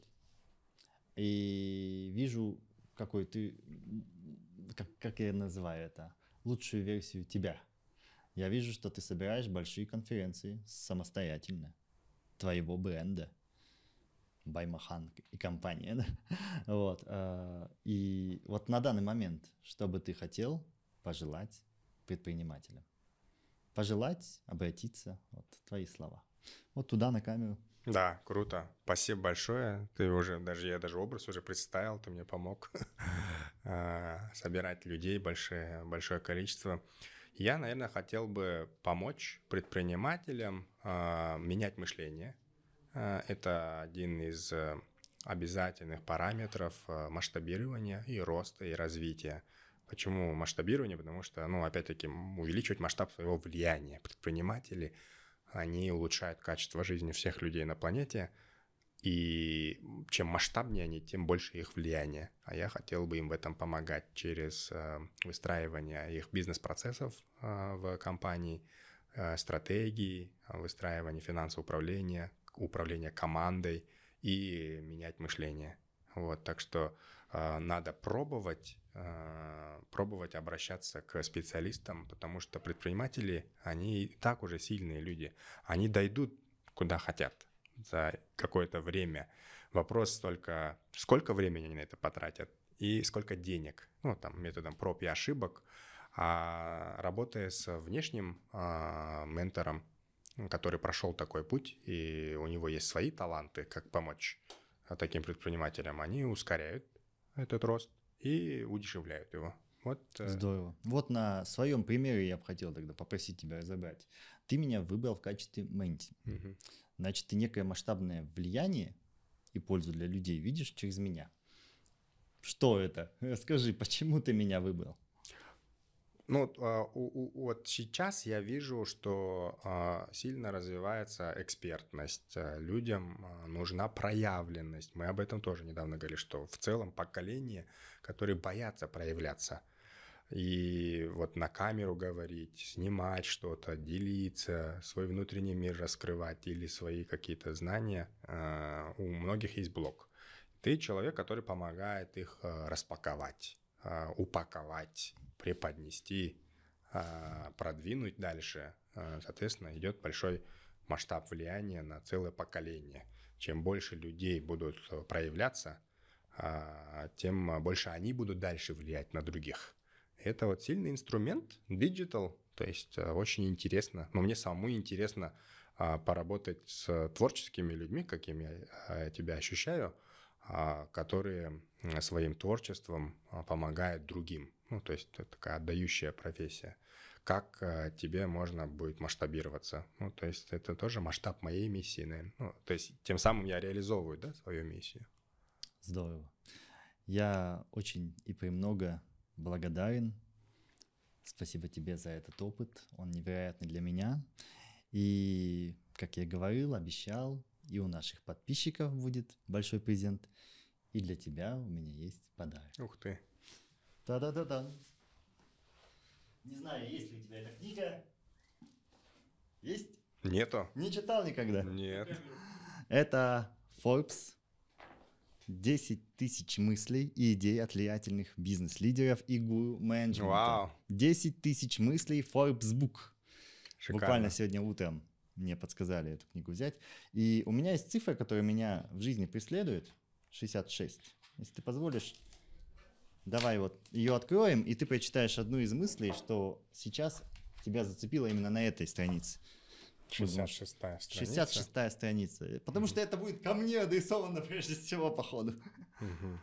И вижу, какой ты, как, как я называю это, лучшую версию тебя. Я вижу, что ты собираешь большие конференции самостоятельно, твоего бренда, Баймахан и компания. Да? Вот. И вот на данный момент, что бы ты хотел пожелать предпринимателям? Пожелать, обратиться, вот твои слова. Вот туда на камеру. Да, круто. Спасибо большое. Ты уже, даже я даже образ уже представил, ты мне помог собирать людей большое, большое количество. Я, наверное, хотел бы помочь предпринимателям менять мышление. Это один из обязательных параметров масштабирования и роста, и развития. Почему масштабирование? Потому что, ну, опять-таки, увеличивать масштаб своего влияния. Предприниматели, они улучшают качество жизни всех людей на планете, и чем масштабнее они, тем больше их влияние. А я хотел бы им в этом помогать через выстраивание их бизнес-процессов в компании, стратегии, выстраивание финансового управления, управление командой и менять мышление. Вот, так что э, надо пробовать, э, пробовать обращаться к специалистам, потому что предприниматели, они и так уже сильные люди. Они дойдут куда хотят за какое-то время. Вопрос только, сколько времени они на это потратят и сколько денег. Ну, там, методом проб и ошибок. А работая с внешним э, ментором, который прошел такой путь, и у него есть свои таланты, как помочь таким предпринимателям, они ускоряют этот рост и удешевляют его. Вот. Здорово. Вот на своем примере я бы хотел тогда попросить тебя разобрать. Ты меня выбрал в качестве менти. Угу. Значит, ты некое масштабное влияние и пользу для людей видишь через меня. Что это? Расскажи, почему ты меня выбрал? Ну, вот сейчас я вижу, что сильно развивается экспертность. Людям нужна проявленность. Мы об этом тоже недавно говорили, что в целом поколение, которые боятся проявляться. И вот на камеру говорить, снимать что-то, делиться, свой внутренний мир раскрывать или свои какие-то знания, у многих есть блок. Ты человек, который помогает их распаковать, упаковать, преподнести, продвинуть дальше. Соответственно, идет большой масштаб влияния на целое поколение. Чем больше людей будут проявляться, тем больше они будут дальше влиять на других. Это вот сильный инструмент, digital, то есть очень интересно. Но мне самому интересно поработать с творческими людьми, какими я тебя ощущаю, которые своим творчеством помогают другим. Ну, то есть это такая отдающая профессия. Как тебе можно будет масштабироваться? Ну, то есть это тоже масштаб моей миссии, наверное. Ну, то есть тем самым я реализовываю, да, свою миссию. Здорово. Я очень и премного благодарен. Спасибо тебе за этот опыт. Он невероятный для меня. И, как я говорил, обещал, и у наших подписчиков будет большой презент. И для тебя у меня есть подарок. Ух ты. Та-да-да-да. Не знаю, есть ли у тебя эта книга. Есть? Нету. Не читал никогда? Нет. Это Forbes десять тысяч мыслей и идей от влиятельных бизнес-лидеров и гуру менеджмента. Вау. десять тысяч мыслей Forbes Book. Шикарно. Буквально сегодня утром мне подсказали эту книгу взять. И у меня есть цифра, которая меня в жизни преследует. шестьдесят шесть. Если ты позволишь, давай вот ее откроем, и ты прочитаешь одну из мыслей, что сейчас тебя зацепило именно на этой странице. шестьдесят шестая страница. шестьдесят шестая страница. Потому mm-hmm. что это будет ко мне адресовано прежде всего, походу. Mm-hmm.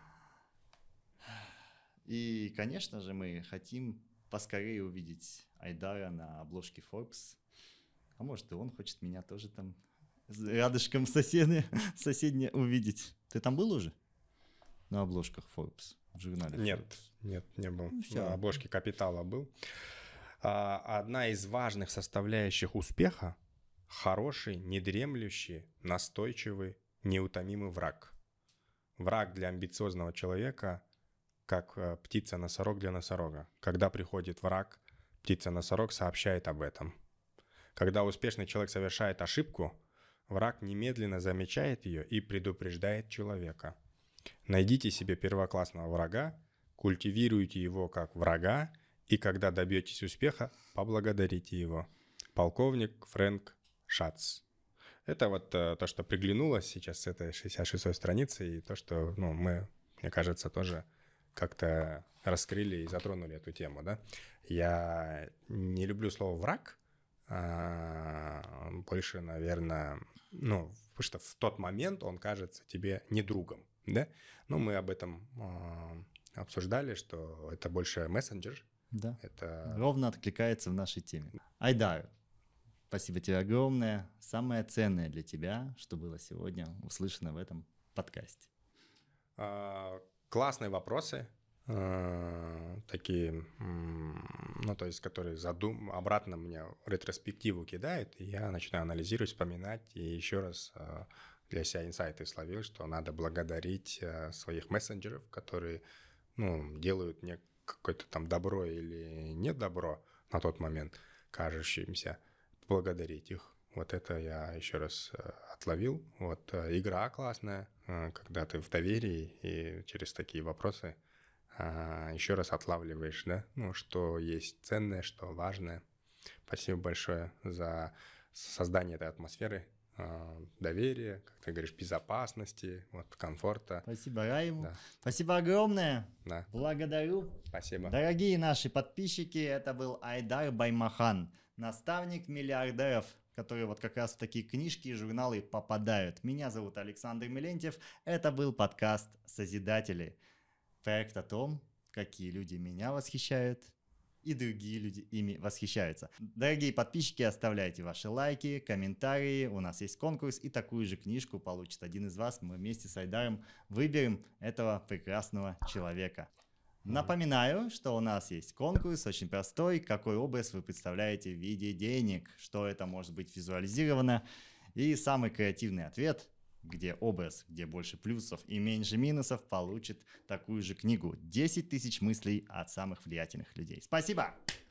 И, конечно же, мы хотим поскорее увидеть Айдара на обложке Forbes. А может, и он хочет меня тоже там рядышком соседне, соседне увидеть. Ты там был уже? На обложках Forbes, в журнале Нет, Forbes? Нет, не был. Ну, на обложке «Капитала» был. А, одна из важных составляющих успеха – хороший, недремлющий, настойчивый, неутомимый враг. Враг для амбициозного человека, как птица-носорог для носорога. Когда приходит враг, птица-носорог сообщает об этом. Когда успешный человек совершает ошибку, враг немедленно замечает ее и предупреждает человека. Найдите себе первоклассного врага, культивируйте его как врага, и когда добьетесь успеха, поблагодарите его. Полковник Фрэнк Шац. Это вот то, что приглянулось сейчас с этой шестьдесят шестой страницы, и то, что ну, мы, мне кажется, тоже как-то раскрыли и затронули эту тему. Да? Я не люблю слово «враг», а больше, наверное, ну, потому что в тот момент он кажется тебе не другом. Да? Ну, мы об этом э, обсуждали, что это больше мессенджер. Да, это... ровно откликается в нашей теме. Айдар, спасибо тебе огромное. Самое ценное для тебя, что было сегодня услышано в этом подкасте. А, классные вопросы, а, такие, ну, то есть, которые задум... обратно меня ретроспективу кидают, и я начинаю анализировать, вспоминать, и еще раз... А, для себя инсайты словил, что надо благодарить э, своих мессенджеров, которые ну, делают мне какое-то там добро или нет добро на тот момент, кажущимся, благодарить их. Вот это я еще раз э, отловил. Вот э, игра классная, э, когда ты в доверии и через такие вопросы э, еще раз отлавливаешь, да, ну, что есть ценное, что важное. Спасибо большое за создание этой атмосферы. Доверия, как ты говоришь, безопасности, вот, комфорта. Спасибо, Раиму. Да. Спасибо огромное. Да. Благодарю. Спасибо. Дорогие наши подписчики, это был Айдар Баймахан, наставник миллиардеров, которые вот как раз в такие книжки и журналы попадают. Меня зовут Александр Милентьев. Это был подкаст «Созидатели». Проект о том, какие люди меня восхищают, и другие люди ими восхищаются. Дорогие подписчики, оставляйте ваши лайки, комментарии. У нас есть конкурс, и такую же книжку получит один из вас. Мы вместе с Айдаром выберем этого прекрасного человека. Напоминаю, что у нас есть конкурс очень простой. Какой образ вы представляете в виде денег? Что это может быть визуализировано? И самый креативный ответ, где образ, где больше плюсов и меньше минусов, получит такую же книгу. десять тысяч мыслей от самых влиятельных людей. Спасибо!